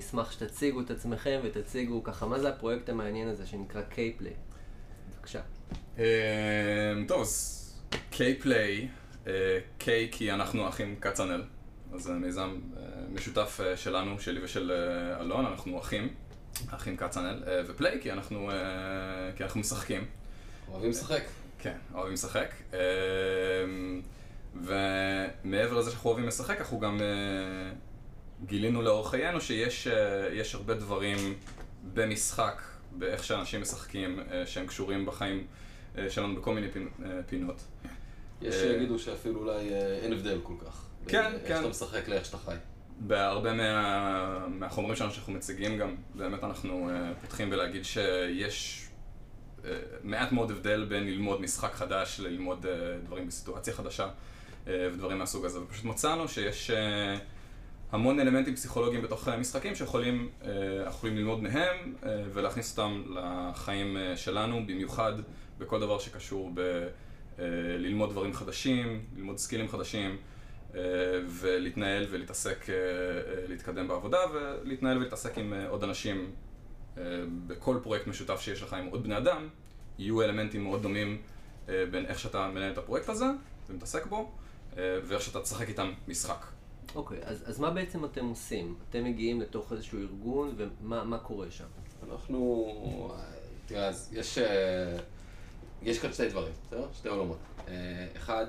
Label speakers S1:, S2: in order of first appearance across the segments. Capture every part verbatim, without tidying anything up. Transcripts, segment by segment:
S1: נשמח שתציגו את עצמכם ותציגו ככה, מה זה הפרויקט המעניין הזה שנקרא K-Play? בבקשה.
S2: טוב, אז K-Play, K כי אנחנו אחים קצנל, אז זה מיזם משותף שלנו, שלי ושל אלון, אנחנו אחים, אחים קצנל, ופליי כי אנחנו, כי אנחנו משחקים.
S3: אוהבים לשחק. כן,
S2: אוהבים לשחק. ומעבר לזה שאנחנו אוהבים לשחק, אנחנו גם גילינו לאורך חיינו שיש יש הרבה דברים במשחק, באיך שאנשים משחקים, שהם קשורים בחיים שלנו בכל מיני פינות.
S3: יש שיגידו שאפילו אולי אין הבדל כל כך.
S2: כן,
S3: איך
S2: כן.
S3: שאתה משחק לאיך שאתה חי.
S2: בהרבה מה... מהחומרים שלנו שאנחנו מציגים גם, באמת אנחנו פותחים בלהגיד שיש מעט מאוד הבדל בין ללמוד משחק חדש ללמוד דברים בסיטואציה חדשה ודברים מהסוג הזה. ופשוט מצאנו שיש המון אלמנטים פסיכולוגיים בתוך משחקים שיכולים יכולים ללמוד מהם ולהכניס אותם לחיים שלנו, במיוחד בכל דבר שקשור בללמוד דברים חדשים, ללמוד סקילים חדשים ולהתנהל ולהתעסק, להתקדם בעבודה ולהתנהל ולהתעסק עם עוד אנשים. בכל פרויקט משותף שיש לך עם עוד בני אדם, יהיו אלמנטים מאוד דומים בין איך שאתה מנהל את הפרויקט הזה ומתעסק בו, ואיך שאתה תשחק איתם משחק.
S1: אוקיי, אז, אז מה בעצם אתם עושים? אתם מגיעים לתוך איזשהו ארגון, ומה מה קורה שם?
S3: אנחנו... תראה, אז יש... יש כאן שתי דברים, בסדר? שתי עולמות. אחד...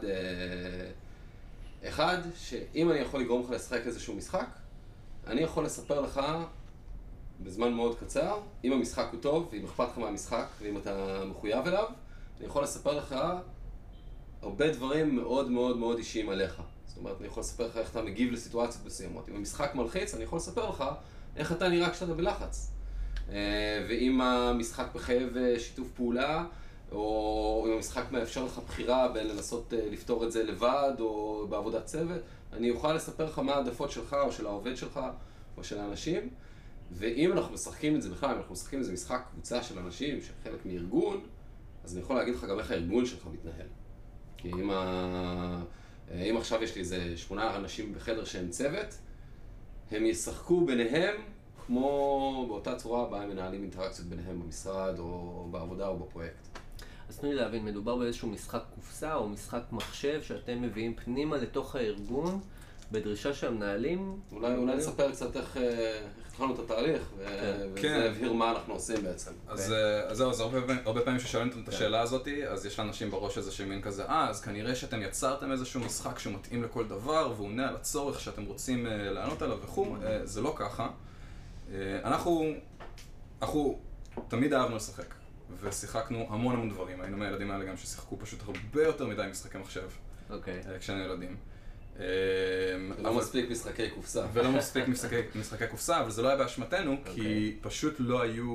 S3: אחד, שאם אני יכול לגרום לך לשחק איזשהו משחק, אני יכול לספר לך בזמן מאוד קצר, אם המשחק הוא טוב, ואם אכפת לך מהמשחק, ואם אתה מחויב אליו, אני יכול לספר לך הרבה דברים מאוד מאוד מאוד אישיים עליך. זאת אומרת, אני יכול לספר לך איך אתה מגיב לסיטואציות מסוימות. אם המשחק מלחיץ, אני יכול לספר לך איך אתה נראה כשאתה בלחץ. ואם המשחק מחייב שיתוף פעולה, או אם המשחק מאפשר לך בחירה בין לנסות לפתור את זה לבד או בעבודת צוות, אני אוכל לספר לך מה העדפות שלך או של העובד שלך או של האנשים. ואם אנחנו משחקים את זה בכלל, אם אנחנו משחקים את זה משחק קבוצה של אנשים שחלק מארגון, אז אני יכול להגיד לך גם איך הארגון שלך מתנהל. כי אם, ה... אם עכשיו יש לי איזה שמונה אנשים בחדר שהם צוות, הם ישחקו ביניהם כמו באותה צורה בה הם מנהלים אינטראקציות ביניהם במשרד או בעבודה או בפרויקט.
S1: אז תנו לי להבין, מדובר באיזשהו משחק קופסה או משחק מחשב שאתם מביאים פנימה לתוך הארגון בדרישה שהמנהלים...
S3: אולי, אולי נספר קצת איך התחלנו את התהליך, וזה הבהיר מה אנחנו עושים בעצם.
S2: אז זהו, אז הרבה פעמים ששואלים את השאלה הזאת, אז יש לאנשים בראש איזה שמין כזה, אה, אז כנראה שאתם יצרתם איזשהו משחק שמתאים לכל דבר, והוא עונה על הצורך שאתם רוצים לענות עליו וכו', זה לא ככה. אנחנו, אנחנו תמיד אהבנו לשחק, ושיחקנו המון המון דברים. היינו מהילדים האלה גם ששיחקו פשוט הרבה יותר מדי משחקי מחשב, כשהיינו ילדים.
S3: ולא מספיק משחקי קופסה.
S2: ולא מספיק משחקי קופסה, אבל זה לא היה באשמתנו, כי פשוט לא היו,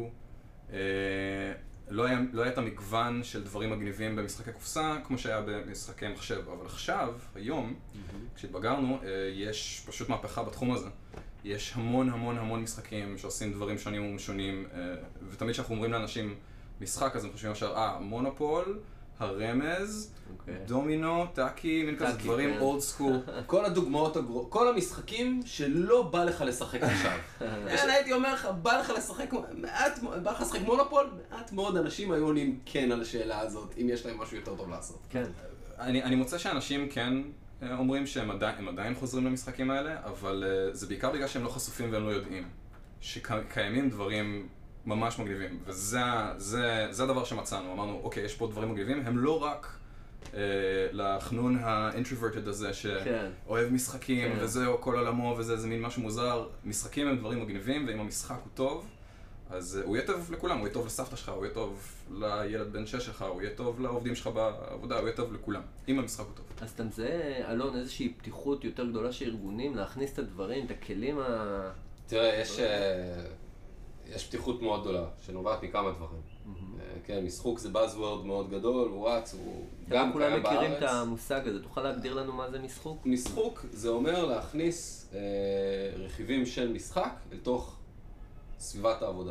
S2: לא היה את המגוון של דברים מגניבים במשחקי קופסה, כמו שהיה במשחקי מחשב. אבל עכשיו, היום, כשהתבגרנו, יש פשוט מהפכה בתחום הזה. יש המון המון המון משחקים שעושים דברים שונים ומשונים, ותמיד כשאנחנו אומרים לאנשים משחק, אז הם חושבים עכשיו, אה, מונופול, הרמז, דומינו, טאקי, מין כזה דברים אולד סקול.
S3: כל הדוגמאות, כל המשחקים שלא בא לך לשחק עכשיו. כן, הייתי אומר לך, בא לך לשחק, מעט, בא לך לשחק מונופול, מעט מאוד אנשים היו עונים כן על השאלה הזאת, אם יש להם משהו יותר טוב לעשות.
S1: כן.
S2: אני מוצא שאנשים כן אומרים שהם עדיין חוזרים למשחקים האלה, אבל זה בעיקר בגלל שהם לא חשופים והם לא יודעים. שקיימים דברים ממש מגניבים, וזה זה, זה הדבר שמצאנו. אמרנו, אוקיי, יש פה דברים מגניבים, הם לא רק אה, לחנון ה-introverted הזה שאוהב משחקים כן. וזה או כל עולמו וזה, זה מין משהו מוזר. משחקים הם דברים מגניבים, ואם המשחק הוא טוב, אז הוא יהיה טוב לכולם, הוא יהיה טוב לסבתא שלך, הוא יהיה טוב לילד בן שש שלך, הוא יהיה טוב לעובדים שלך בעבודה, הוא יהיה טוב לכולם, אם המשחק הוא טוב.
S1: אז אתה מזהה, אלון, איזושהי פתיחות יותר גדולה של ארגונים להכניס את הדברים, את הכלים ה...
S3: תראה, יש... יש פתיחות מאוד גדולה, שנובעת מכמה דברים. כן, משחוק זה Buzzword מאוד גדול, הוא רץ, הוא גם קיים בארץ.
S1: כולם מכירים את המושג הזה, תוכל להגדיר לנו מה זה משחוק?
S3: משחוק זה אומר להכניס רכיבים של משחק לתוך סביבת העבודה,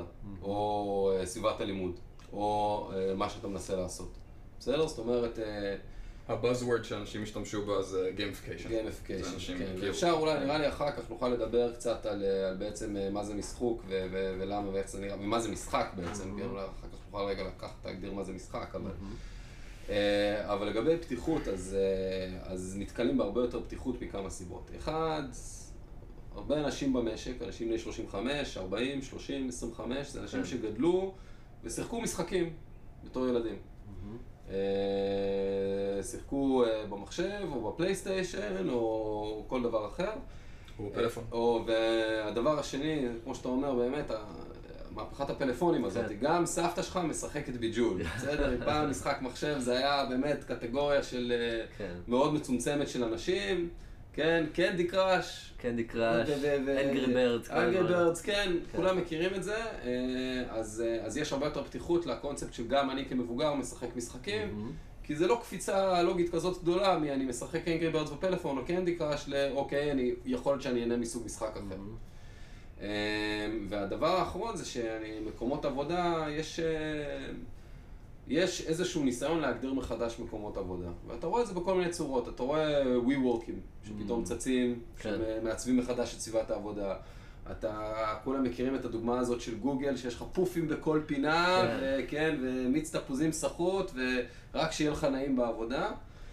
S3: או סביבת הלימוד, או מה שאתה מנסה לעשות. בסדר? זאת אומרת,
S2: הבאזוורד שאנשים השתמשו בו זה גיימפיקיישן.
S3: גיימפיקיישן, כן. אפשר אולי, נראה לי אחר כך נוכל לדבר קצת על בעצם מה זה משחוק ולמה ואיך זה נראה, ומה זה משחק בעצם, אולי אחר כך נוכל רגע לקחת, להגדיר מה זה משחק, אבל... אבל לגבי פתיחות, אז נתקלים בהרבה יותר פתיחות מכמה סיבות. אחד, הרבה אנשים במשק, אנשים בני שלושים ופחת, ארבעים, שלושים, עשרים וחמש, זה אנשים שגדלו ושיחקו משחקים בתור ילדים. שיחקו במחשב או בפלייסטיישן או כל דבר אחר.
S2: או בפלאפון.
S3: והדבר השני, כמו שאתה אומר, באמת, מהפכת הפלאפונים הזאת, גם סבתא שלך משחקת ביג'ול. בסדר, פעם משחק מחשב זה היה באמת קטגוריה של מאוד מצומצמת של אנשים. כן, קנדי קראש.
S1: קנדי קראש, אנגרי בירדס.
S3: אנגרי בירדס, כן, כולם מכירים את זה. אז יש הרבה יותר פתיחות לקונספט של גם אני כמבוגר משחק משחקים, כי זה לא קפיצה לוגית כזאת גדולה מי אני משחק אנגרי בירדס בפלאפון או קנדי קראש לאוקיי, יכול להיות שאני אהנה מסוג משחק אחר. והדבר האחרון זה שמקומות עבודה יש... יש איזשהו ניסיון להגדיר מחדש מקומות עבודה. ואתה רואה את זה בכל מיני צורות. אתה רואה WeWork'ים שפתאום צצים, שמעצבים מחדש את סביבת העבודה. אתה, כולם מכירים את הדוגמה הזאת של גוגל, שיש לך פופים בכל פינה, כן, ומיץ תפוזים סחוט, ורק שיהיה לך נעים בעבודה.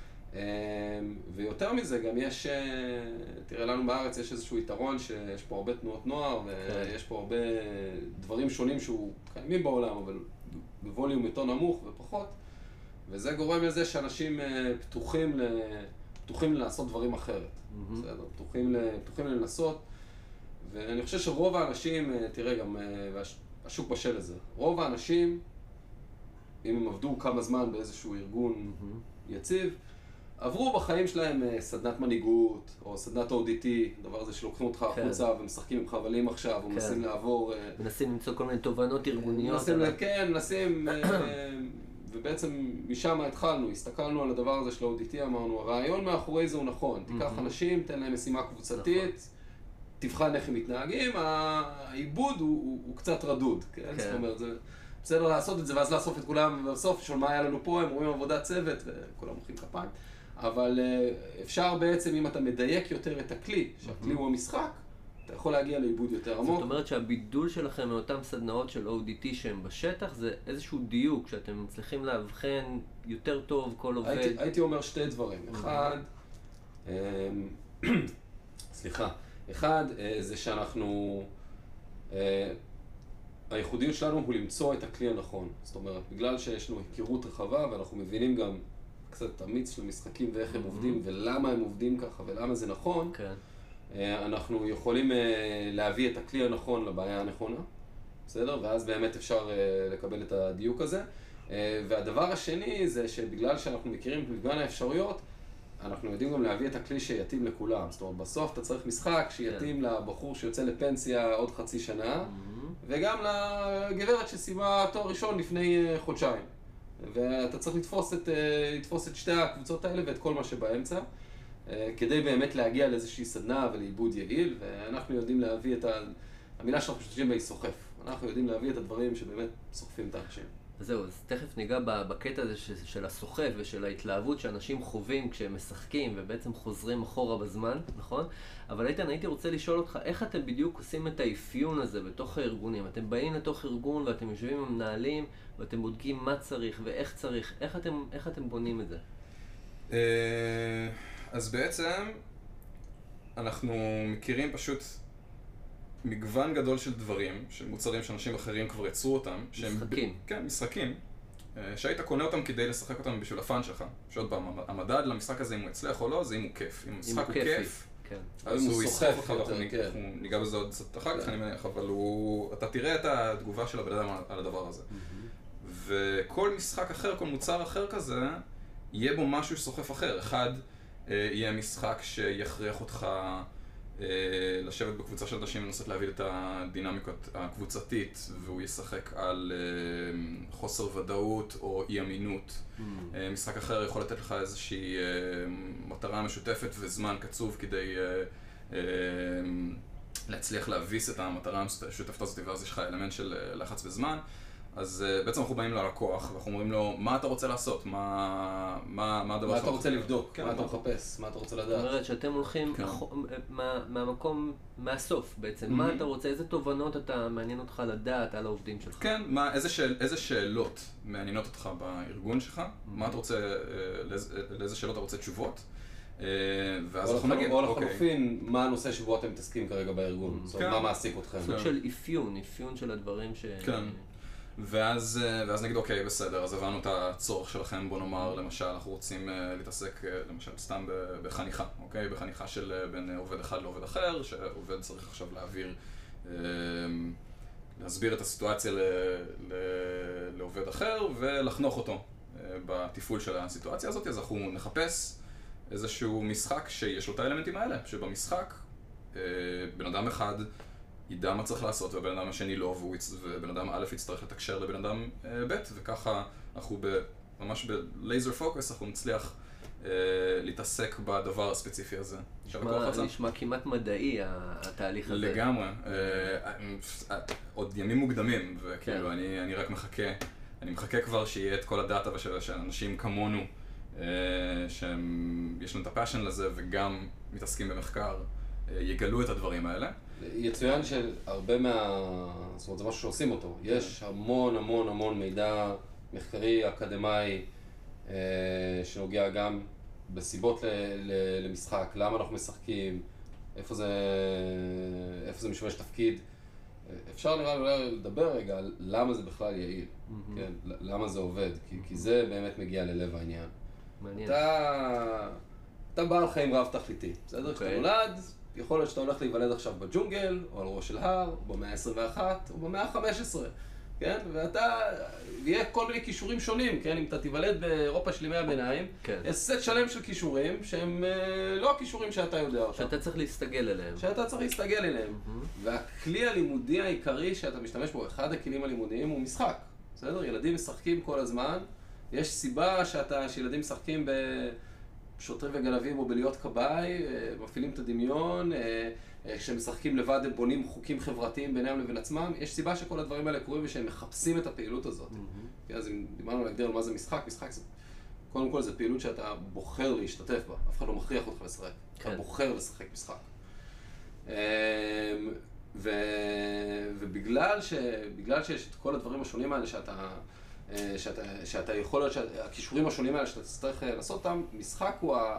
S3: ויותר מזה, גם יש, תראה לנו בארץ, יש איזשהו יתרון שיש פה הרבה תנועות נוער, ויש פה הרבה דברים שונים שהוא קיימים בעולם, אבל בווליום יותר נמוך ופחות, וזה גורם לזה שאנשים פתוחים, ל... פתוחים לעשות דברים אחרת. בסדר? פתוחים, ל... פתוחים לנסות, ואני חושב שרוב האנשים, תראה גם, והשוק בשל לזה, רוב האנשים, אם הם עבדו כמה זמן באיזשהו ארגון יציב, עברו בחיים שלהם סדנת מנהיגות, או סדנת או די טי, דבר הזה שלוקחים אותך החוצה ומשחקים עם חבלים עכשיו, או מנסים לעבור...
S1: מנסים למצוא כל מיני תובנות ארגוניות.
S3: כן, מנסים, ובעצם משם התחלנו, הסתכלנו על הדבר הזה של ה-או די טי, אמרנו, הרעיון מאחורי זה הוא נכון, תיקח אנשים, תן להם משימה קבוצתית, תבחן איך הם מתנהגים, העיבוד הוא קצת רדוד, כן? זאת אומרת, זה בסדר לעשות את זה, ואז לאסוף את כולם, ובסוף שואל מה היה לנו פה, הם רואים עבודת צוות, וכולם מוחאים כפיים. אבל אפשר בעצם, אם אתה מדייק יותר את הכלי, שהכלי הוא המשחק, אתה יכול להגיע לעיבוד יותר עמוק.
S1: זאת אומרת שהבידול שלכם מאותן סדנאות של או די טי שהם בשטח, זה איזשהו דיוק שאתם מצליחים להבחן יותר טוב כל עובד.
S3: הייתי, הייתי אומר שתי דברים. אחד, סליחה, אחד זה שאנחנו, הייחודיות שלנו הוא למצוא את הכלי הנכון. זאת אומרת, בגלל שיש לנו היכרות רחבה ואנחנו מבינים גם קצת את המיץ של המשחקים ואיך הם עובדים ולמה הם עובדים ככה ולמה זה נכון, אנחנו יכולים להביא את הכלי הנכון לבעיה הנכונה, בסדר? ואז באמת אפשר לקבל את הדיוק הזה. והדבר השני זה שבגלל שאנחנו מכירים את מגוון האפשרויות, אנחנו יודעים גם להביא את הכלי שיתאים לכולם. זאת אומרת, בסוף אתה צריך משחק שיתאים לבחור שיוצא לפנסיה עוד חצי שנה, וגם לגברת שסיימה תואר ראשון לפני חודשיים. ואתה צריך לתפוס את, לתפוס את שתי הקבוצות האלה ואת כל מה שבאמצע, כדי באמת להגיע לאיזושהי סדנה ולעיבוד יעיל, ואנחנו יודעים להביא את ה... המילה שאנחנו משתמשים בה היא סוחף. אנחנו יודעים להביא את הדברים שבאמת סוחפים את האנשים.
S1: זהו, אז תכף ניגע בקטע הזה של הסוחף ושל ההתלהבות שאנשים חווים כשהם משחקים ובעצם חוזרים אחורה בזמן, נכון? אבל איתן, הייתי רוצה לשאול אותך, איך אתם בדיוק עושים את האפיון הזה בתוך הארגונים? אתם באים לתוך ארגון ואתם יושבים עם מנהלים ואתם בודקים מה צריך ואיך צריך, איך אתם, איך אתם בונים את זה?
S2: אז בעצם אנחנו מכירים פשוט מגוון גדול של דברים, של מוצרים שאנשים אחרים כבר יצרו אותם.
S1: משחקים.
S2: ב... כן, משחקים. שהיית קונה אותם כדי לשחק אותם בשביל הפאן שלך. שעוד פעם, המדד למשחק הזה, אם הוא יצליח או לא, זה אם הוא כיף. אם המשחק הוא כיף,
S3: כן.
S2: אז הוא יסחוף אותך, אנחנו ניגע בזה עוד קצת אחר כך, אני מניח, אבל הוא... אתה תראה את התגובה של הבן אדם על הדבר הזה. וכל משחק אחר, כל מוצר אחר כזה, יהיה בו משהו שסוחף אחר. אחד, יהיה משחק שיכריח אותך לשבת בקבוצה של אנשים ולנסות להביא את הדינמיקה הקבוצתית, והוא ישחק על חוסר ודאות או אי אמינות. משחק אחר יכול לתת לך איזושהי מטרה משותפת וזמן קצוב כדי להצליח להביס את המטרה המשותפת הזאת, ואז יש לך אלמנט של לחץ וזמן. אז uh, בעצם אנחנו באים ללקוח, ואנחנו אומרים לו, מה אתה רוצה לעשות? מה, מה, מה הדבר
S3: מה
S2: שאתה
S3: אתה רוצה לבדוק?
S2: כן,
S3: מה אתה מחפש? מה אתה רוצה לדעת?
S1: זאת אומרת שאתם הולכים
S2: כן.
S1: אח- מה- מהמקום, מהסוף בעצם, מה אתה רוצה, איזה תובנות אתה מעניין אותך לדעת על העובדים שלך?
S2: כן, מה, איזה, שאל, איזה שאלות מעניינות אותך בארגון שלך? מה אתה רוצה, אה, לאיזה, לאיזה שאלות אתה רוצה תשובות? אה, ואז
S3: או
S2: אנחנו
S3: לחלופ-
S2: נגיד,
S3: או
S2: אוקיי.
S3: לחלופין, מה הנושא שבו אתם מתעסקים כרגע בארגון? זאת אומרת,
S2: כן.
S3: מה מעסיק אתכם?
S1: סוג של אפיון, אפיון של הדברים ש...
S2: כן. ואז, אה, ואז נגיד, אוקיי, בסדר, אז הבנו את הצורך שלכם, בוא נאמר, למשל, אנחנו רוצים אה, להתעסק, אה, למשל, סתם ב- בחניכה, אוקיי? בחניכה של אה, בין אה, עובד אחד לעובד אחר, שעובד צריך עכשיו להעביר, אה, להסביר את הסיטואציה ל, ל, לעובד אחר ולחנוך אותו אה, בתפעול של הסיטואציה הזאת, אז אנחנו נחפש איזשהו משחק שיש לו את האלמנטים האלה, שבמשחק אה, בן אדם אחד ידע מה צריך לעשות, ובן אדם השני לא, והוא יצ... ובן אדם א' יצטרך לתקשר לבן אדם אה, ב', וככה אנחנו ב... ממש בלייזר פוקוס, אנחנו נצליח אה, להתעסק בדבר הספציפי הזה.
S1: נשמע, נשמע כמעט מדעי התהליך הזה.
S2: לגמרי. אה, אה, עוד ימים מוקדמים, וכאילו
S1: כן.
S2: אני, אני רק מחכה, אני מחכה כבר שיהיה את כל הדאטה ושל אנשים כמונו, אה, שיש להם את הפאשן לזה וגם מתעסקים במחקר, אה, יגלו את הדברים האלה.
S3: יצוין שהרבה מה... זאת אומרת, זה משהו שעושים אותו. יש המון המון המון מידע מחקרי, אקדמאי, אה, שנוגע גם בסיבות ל, ל, למשחק, למה אנחנו משחקים, איפה זה, איפה זה משמש תפקיד. אפשר נראה לי לדבר רגע על למה זה בכלל יעיל,
S1: מהמם.
S3: כן? למה זה עובד, כי, כי זה באמת מגיע ללב העניין.
S1: מעניין.
S3: אתה, אתה בעל חיים רב תכליתי, בסדר? כשאתה
S1: אוקיי.
S3: נולד, יכול להיות שאתה הולך להיוולד עכשיו בג'ונגל, או על ראש של הר, או במאה ה-עשרים ואחת, או במאה ה-חמש עשרה, כן? ואתה, יהיה כל מיני כישורים שונים, כן? אם אתה תיוולד באירופה של ימי הביניים,
S1: כן.
S3: יש סט שלם של כישורים שהם אה, לא הכישורים שאתה יודע אותם.
S1: שאתה צריך להסתגל אליהם.
S3: שאתה צריך להסתגל אליהם.
S1: מהמם.
S3: והכלי הלימודי העיקרי שאתה משתמש בו, אחד הכלים הלימודיים הוא משחק. בסדר? ילדים משחקים כל הזמן. יש סיבה שאתה, שילדים משחקים בשוטרים וגנבים או בלהיות כבאי, אה, מפעילים את הדמיון, אה, אה, כשהם משחקים לבד הם בונים חוקים חברתיים ביניהם לבין עצמם. יש סיבה שכל הדברים האלה קורים ושהם מחפשים את הפעילות הזאת.
S1: מהמם.
S3: כן, אז אם דיברנו להגדיר על מה זה משחק, משחק זה... קודם כל זה פעילות שאתה בוחר להשתתף בה, אף אחד לא מכריח אותך לשחק.
S1: כן.
S3: אתה בוחר לשחק משחק. אמ, ו... ובגלל ש... בגלל שיש את כל הדברים השונים האלה שאתה, אה, שאתה, שאתה יכול להיות, הכישורים השונים האלה שאתה תצטרך אה, לעשות אותם, משחק הוא, ה...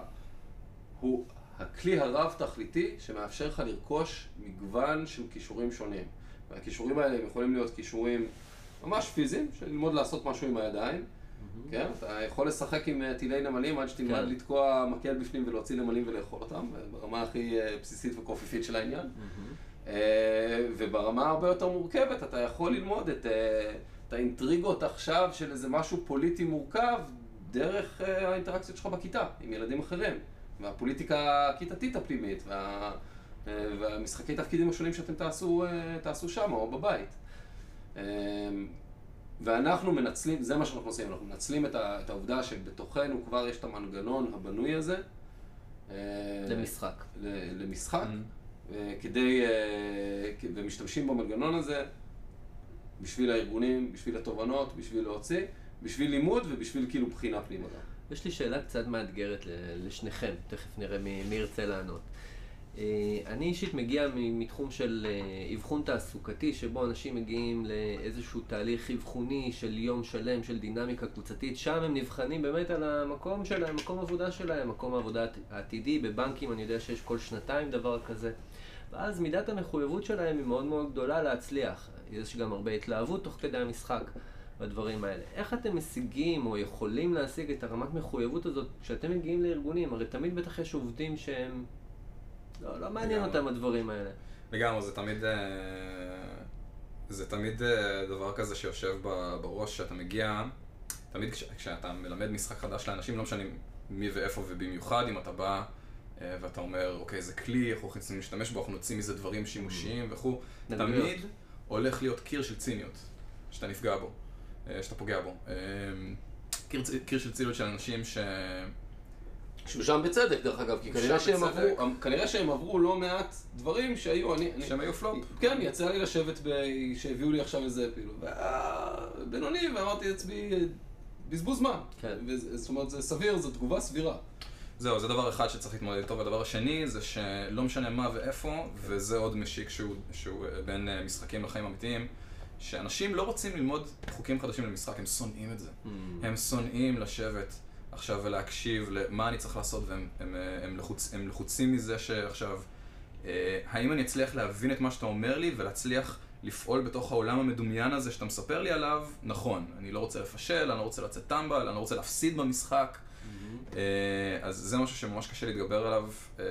S3: הוא הכלי הרב-תכליתי שמאפשר לך לרכוש מגוון של כישורים שונים. והכישורים האלה הם יכולים להיות כישורים ממש פיזיים, של ללמוד לעשות משהו עם הידיים. כן? אתה יכול לשחק עם אה, טילי נמלים עד שתלמד
S1: כן.
S3: לתקוע מקל בפנים ולהוציא נמלים ולאכול אותם, ברמה הכי אה, בסיסית וקופיפית של העניין.
S1: מהמם.
S3: אה, וברמה הרבה יותר מורכבת, אתה יכול ללמוד את, אה, את האינטריגות עכשיו של איזה משהו פוליטי מורכב דרך אה, האינטראקציות שלך בכיתה, עם ילדים אחרים. והפוליטיקה הכיתתית הפנימית, וה, אה, והמשחקי תפקידים השונים שאתם תעשו, אה, תעשו שם או בבית. אה, ואנחנו מנצלים, זה מה שאנחנו עושים, אנחנו מנצלים את, ה, את העובדה שבתוכנו כבר יש את המנגנון הבנוי הזה. אה,
S1: למשחק.
S3: ל- למשחק.
S2: Mm.
S3: אה, כדי, אה, כ- ומשתמשים במנגנון הזה בשביל הארגונים, בשביל התובנות, בשביל להוציא, בשביל לימוד ובשביל כאילו בחינה פנימה גם.
S1: יש לי שאלה קצת מאתגרת ל- לשניכם, תכף נראה מי, מי ירצה לענות. אה, אני אישית מגיע מ- מתחום של אה, אבחון תעסוקתי, שבו אנשים מגיעים לאיזשהו תהליך אבחוני של יום שלם, של דינמיקה קבוצתית, שם הם נבחנים באמת על המקום שלהם, מקום עבודה שלהם, מקום העבודה העתידי, בבנקים אני יודע שיש כל שנתיים דבר כזה. ואז מידת המחויבות שלהם היא מאוד מאוד גדולה להצליח. יש גם הרבה התלהבות תוך כדי המשחק בדברים האלה. איך אתם משיגים או יכולים להשיג את הרמת מחויבות הזאת כשאתם מגיעים לארגונים? הרי תמיד בטח יש עובדים שהם... לא, לא מעניין
S2: לגמרי.
S1: אותם הדברים האלה.
S2: לגמרי, זה תמיד, אה, זה תמיד אה, דבר כזה שיושב ב- בראש שאתה מגיע, תמיד כש, כשאתה מלמד משחק חדש לאנשים, לא משנה מי ואיפה, ובמיוחד אם אתה בא אה, ואתה אומר, אוקיי, זה כלי, אנחנו רוצים להשתמש בו, אנחנו נוציא מזה דברים שימושיים וכו',
S1: נגדיות.
S2: תמיד הולך להיות קיר של ציניות, שאתה נפגע בו, אה, שאתה פוגע בו. אה, קיר, צ- קיר של ציניות של אנשים ש...
S3: שהוא שם בצדק דרך אגב, כי כנראה
S2: שם
S3: שהם,
S2: בצדק.
S3: עברו, כנראה שהם עברו לא מעט דברים שהיו, אני, אני,
S2: שהם היו פלופ.
S3: כן, יצא לי לשבת, ב... שהביאו לי עכשיו איזה פעילו, וה... בינוני, ואמרתי לעצמי, בזבוז זמן.
S1: כן.
S3: זאת אומרת, זה סביר, זו תגובה סבירה.
S2: זהו, זה דבר אחד שצריך להתמודד איתו, והדבר השני זה שלא משנה מה ואיפה, וזה עוד משיק שהוא, שהוא בין משחקים לחיים אמיתיים, שאנשים לא רוצים ללמוד חוקים חדשים למשחק, הם שונאים את זה. Mm. הם שונאים לשבת עכשיו ולהקשיב למה אני צריך לעשות, והם הם, הם לחוצ, הם לחוצים מזה שעכשיו, אה, האם אני אצליח להבין את מה שאתה אומר לי ולהצליח לפעול בתוך העולם המדומיין הזה שאתה מספר לי עליו? נכון, אני לא רוצה לפשל, אני לא רוצה לצאת טמבל, אני לא רוצה להפסיד במשחק. אז זה משהו שממש קשה להתגבר עליו,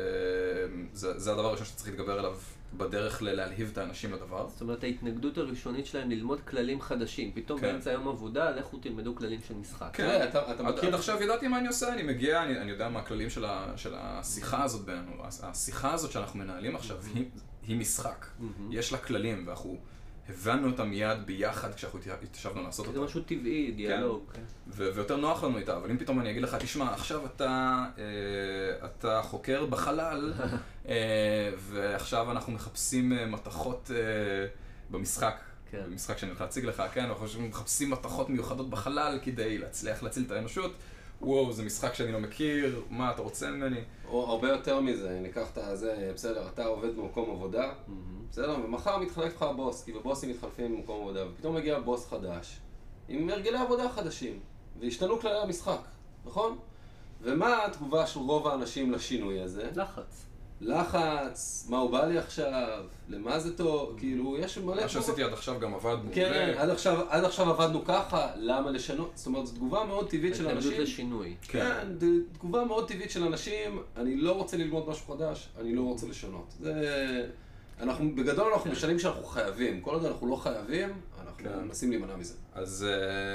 S2: זה, זה הדבר הראשון שצריך להתגבר עליו בדרך להלהיב את האנשים לדבר.
S1: זאת אומרת, ההתנגדות הראשונית שלהם ללמוד כללים חדשים. פתאום כן. באמצע יום עבודה, לכו תלמדו כללים של משחק.
S3: כן, אתה, אתה מכיר...
S2: עד עכשיו ידעתי מה אני עושה, אני מגיע, אני, אני יודע מה הכללים של, ה, של השיחה הזאת בינינו. השיחה הזאת שאנחנו מנהלים עכשיו היא, היא משחק. יש לה כללים, ואנחנו הבנו אותה מיד ביחד כשאנחנו התיישבנו לעשות אותה.
S1: זה משהו טבעי, דיאלוג.
S2: כן. ו- ויותר נוח לנו איתה, אבל אם פתאום אני אגיד לך, תשמע, עכשיו אתה, אה, אתה חוקר בחלל, אה, ועכשיו אנחנו מחפשים מתכות אה, במשחק, כן. במשחק שאני הולך להציג לך, כן? אנחנו מחפשים מתכות מיוחדות בחלל כדי להצליח להציל את האנושות. וואו, זה משחק שאני לא מכיר, מה אתה רוצה ממני?
S3: או הרבה יותר מזה, ניקח את זה, בסדר, אתה עובד במקום עבודה, בסדר, ומחר מתחלף לך הבוס, כי בבוסים מתחלפים במקום עבודה, ופתאום מגיע בוס חדש, עם הרגלי עבודה חדשים, והשתנו כללי המשחק, נכון? ומה התגובה של רוב האנשים לשינוי הזה?
S1: לחץ.
S3: לחץ, מה הוא בא לי עכשיו, למה זה טוב, כאילו, יש מלא...
S2: מה שעשיתי עד עכשיו גם עבד מעולה.
S3: כן, עד עכשיו, עד עכשיו עבדנו ככה, למה לשנות? זאת אומרת, זו תגובה מאוד טבעית של אנשים.
S1: התנגדות לשינוי.
S3: כן, תגובה מאוד טבעית של אנשים, אני לא רוצה ללמוד משהו חדש, אני לא רוצה לשנות. זה... אנחנו, בגדול אנחנו בשנים שאנחנו חייבים, כל עוד אנחנו לא חייבים, אנחנו מנסים להימנע מזה.
S2: אז...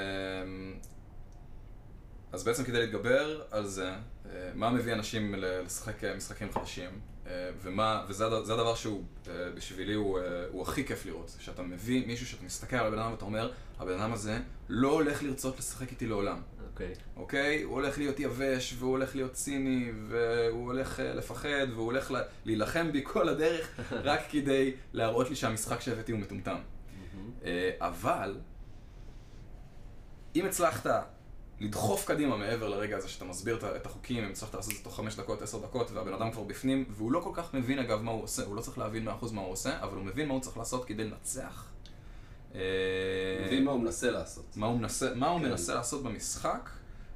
S2: אז בעצם כדי להתגבר על זה, מה מביא אנשים לשחק משחקים חדשים, ומה, וזה הדבר שהוא, בשבילי הוא, הוא הכי כיף לראות, שאתה מביא מישהו שאתה מסתכל על הבן אדם ואתה אומר, הבן אדם הזה לא הולך לרצות לשחק איתי לעולם.
S1: אוקיי.
S2: אוקיי? הוא הולך להיות יבש, והוא הולך להיות ציני, והוא הולך לפחד, והוא הולך להילחם בי כל הדרך, רק כדי להראות לי שהמשחק שהבאתי הוא מטומטם. אבל, אם הצלחת לדחוף קדימה מעבר לרגע הזה שאתה מסביר את החוקים, אם הצלחת לעשות את זה תוך חמש דקות, עשר דקות, והבן אדם כבר בפנים, והוא לא כל כך מבין אגב מה הוא עושה, הוא לא צריך להבין מאה אחוז מה הוא עושה, אבל הוא מבין מה הוא צריך לעשות כדי לנצח.
S3: מבין מה הוא מנסה לעשות.
S2: מה הוא מנסה, מה הוא מנסה לעשות במשחק,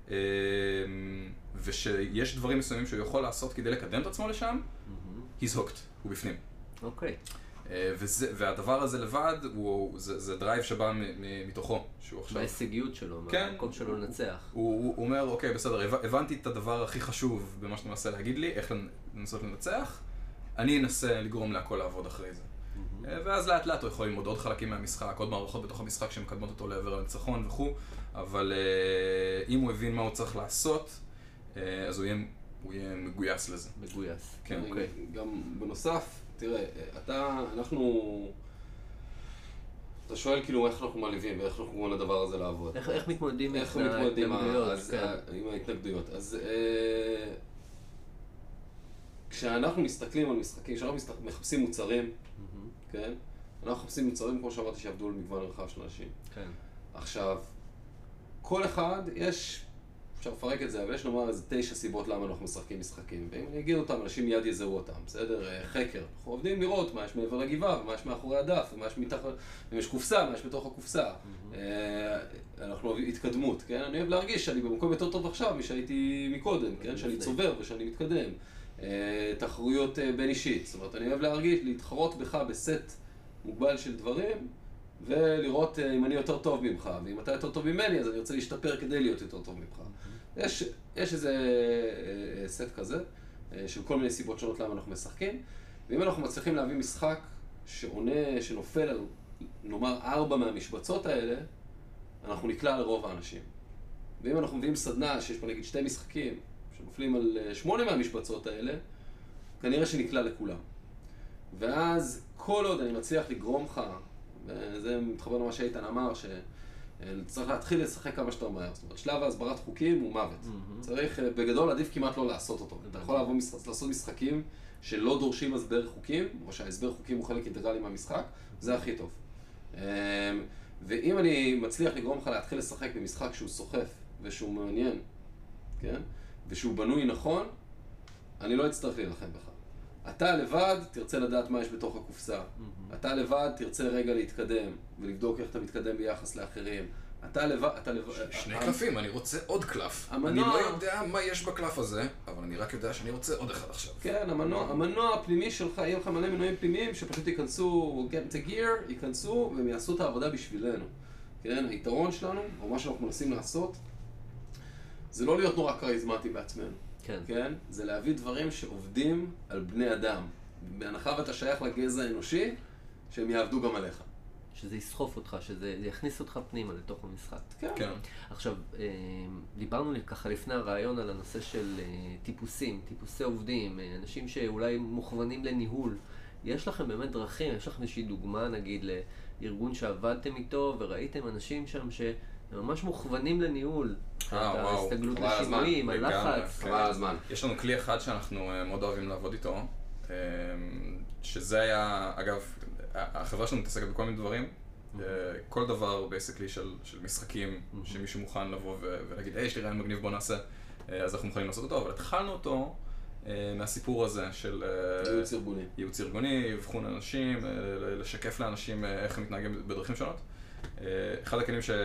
S2: ושיש דברים מסוימים שהוא יכול לעשות כדי לקדם את עצמו לשם, he's hooked, הוא בפנים.
S1: אוקיי.
S2: וזה, והדבר הזה לבד, הוא, זה, זה דרייב שבא מ, מ, מתוכו, שהוא עכשיו...
S1: בהישגיות שלו,
S2: כן,
S1: מהמקום שלו לנצח.
S2: הוא, הוא, הוא אומר, אוקיי, בסדר, הבנתי את הדבר הכי חשוב במה שאתה מנסה להגיד לי, איך לנסות לנצח, אני אנסה לגרום להכל לעבוד אחרי זה. Mm-hmm. ואז לאט לאט הוא יכול ללמוד עוד חלקים מהמשחק, עוד מערכות בתוך המשחק שמקדמות אותו לעבר הניצחון וכו', אבל אם הוא הבין מה הוא צריך לעשות, אז הוא יהיה, הוא יהיה מגויס לזה.
S1: מגויס.
S2: כן.
S3: אוקיי. גם בנוסף, תראה, אתה, אנחנו, אתה שואל כאילו איך אנחנו מעליבים ואיך אנחנו גורמים לדבר הזה לעבוד.
S1: איך, איך מתמודדים
S3: איך
S1: עם
S3: ההתנגדויות?
S1: אז, כן.
S3: עם ההתנגדויות. אז אה, כשאנחנו מסתכלים על משחקים, כשאנחנו מסתכל, מחפשים מוצרים, mm-hmm. כן? אנחנו מחפשים מוצרים, כמו שאמרתי, שיעבדו למגוון רחב של אנשים.
S1: כן.
S3: עכשיו, כל אחד, יש... אפשר לפרק את זה, אבל יש לומר איזה תשע סיבות למה אנחנו משחקים משחקים. ואם אני אגיד אותם, אנשים מיד יזהו אותם, בסדר? חקר. אנחנו עובדים לראות מה יש מעבר לגבעה, ומה יש מאחורי הדף, ומה יש מתחת, ומה יש קופסה, מה יש בתוך הקופסה. Mm-hmm. אנחנו אוהבים התקדמות, כן? אני אוהב להרגיש שאני במקום יותר טוב עכשיו משהייתי מקודם, כן? שאני צובר ושאני מתקדם. תחרויות בין אישית. זאת אומרת, אני אוהב להרגיש, להתחרות בך בסט מוגבל של דברים, ולראות אם אני יותר טוב ממך, ואם אתה יותר טוב ממני, אז אני רוצה להשתפר כדי להיות יותר טוב ממך. יש, יש איזה סט כזה, של כל מיני סיבות שונות למה אנחנו משחקים, ואם אנחנו מצליחים להביא משחק שעונה, שנופל על, נאמר, ארבע מהמשבצות האלה, אנחנו נקלע לרוב האנשים. ואם אנחנו מביאים סדנה שיש פה נגיד שתי משחקים, שנופלים על שמונה מהמשבצות האלה, כנראה שנקלע לכולם. ואז כל עוד אני מצליח לגרום לך, וזה מתחבר למה שאיתן אמר, שצריך להתחיל לשחק כמה שאתה מהר. זאת אומרת, שלב ההסברת חוקים הוא מוות. Mm-hmm. צריך, בגדול, עדיף כמעט לא לעשות אותו. Mm-hmm. אתה יכול לעבור, לעשות משחקים שלא דורשים הסבר חוקים, או שההסבר חוקים הוא חלק אינטגרלי מהמשחק, זה הכי טוב. ואם אני מצליח לגרום לך להתחיל לשחק במשחק שהוא סוחף ושהוא מעניין, כן? ושהוא בנוי נכון, אני לא אצטרך להילחם בך. אתה לבד תרצה לדעת מה יש בתוך הקופסה. Mm-hmm. אתה לבד תרצה רגע להתקדם ולבדוק איך אתה מתקדם ביחס לאחרים. אתה לבד, אתה לבד...
S2: שני קלפים, אני רוצה עוד קלף.
S3: המנוע...
S2: אני לא יודע מה יש בקלף הזה, אבל אני רק יודע שאני רוצה עוד אחד עכשיו.
S3: כן, המנוע, המנוע הפנימי שלך, יהיה לך מלא מנועים פנימיים שפשוט ייכנסו, get the gear, ייכנסו והם יעשו את העבודה בשבילנו. כן, היתרון שלנו, או מה שאנחנו מנסים לעשות, זה לא להיות נורא קריזמטי בעצמנו.
S1: כן.
S3: כן? זה להביא דברים שעובדים על בני אדם. בהנחה ואתה שייך לגזע האנושי, שהם יעבדו גם עליך.
S1: שזה יסחוף אותך, שזה יכניס אותך פנימה לתוך המשחק.
S3: כן.
S2: כן.
S1: עכשיו, דיברנו לי ככה לפני הרעיון על הנושא של טיפוסים, טיפוסי עובדים, אנשים שאולי מוכוונים לניהול. יש לכם באמת דרכים, יש לכם איזושהי דוגמה, נגיד, לארגון שעבדתם איתו וראיתם אנשים שם שממש מוכוונים לניהול. את ההסתגלות לשינויים, הלחץ.
S3: חבל על הזמן.
S2: יש לנו כלי אחד שאנחנו מאוד אוהבים לעבוד איתו, שזה היה, אגב, החברה שלנו מתעסקת בכל מיני דברים, כל דבר בייסקלי של משחקים, שמישהו מוכן לבוא ולהגיד, היי, יש לי רעיון מגניב, בוא נעשה, אז אנחנו מוכנים לעשות אותו, אבל התחלנו אותו מהסיפור הזה של
S3: ייעוץ ארגוני.
S2: ייעוץ ארגוני, אבחון אנשים, לשקף לאנשים איך הם מתנהגים בדרכים שונות. אחד הכלים ש...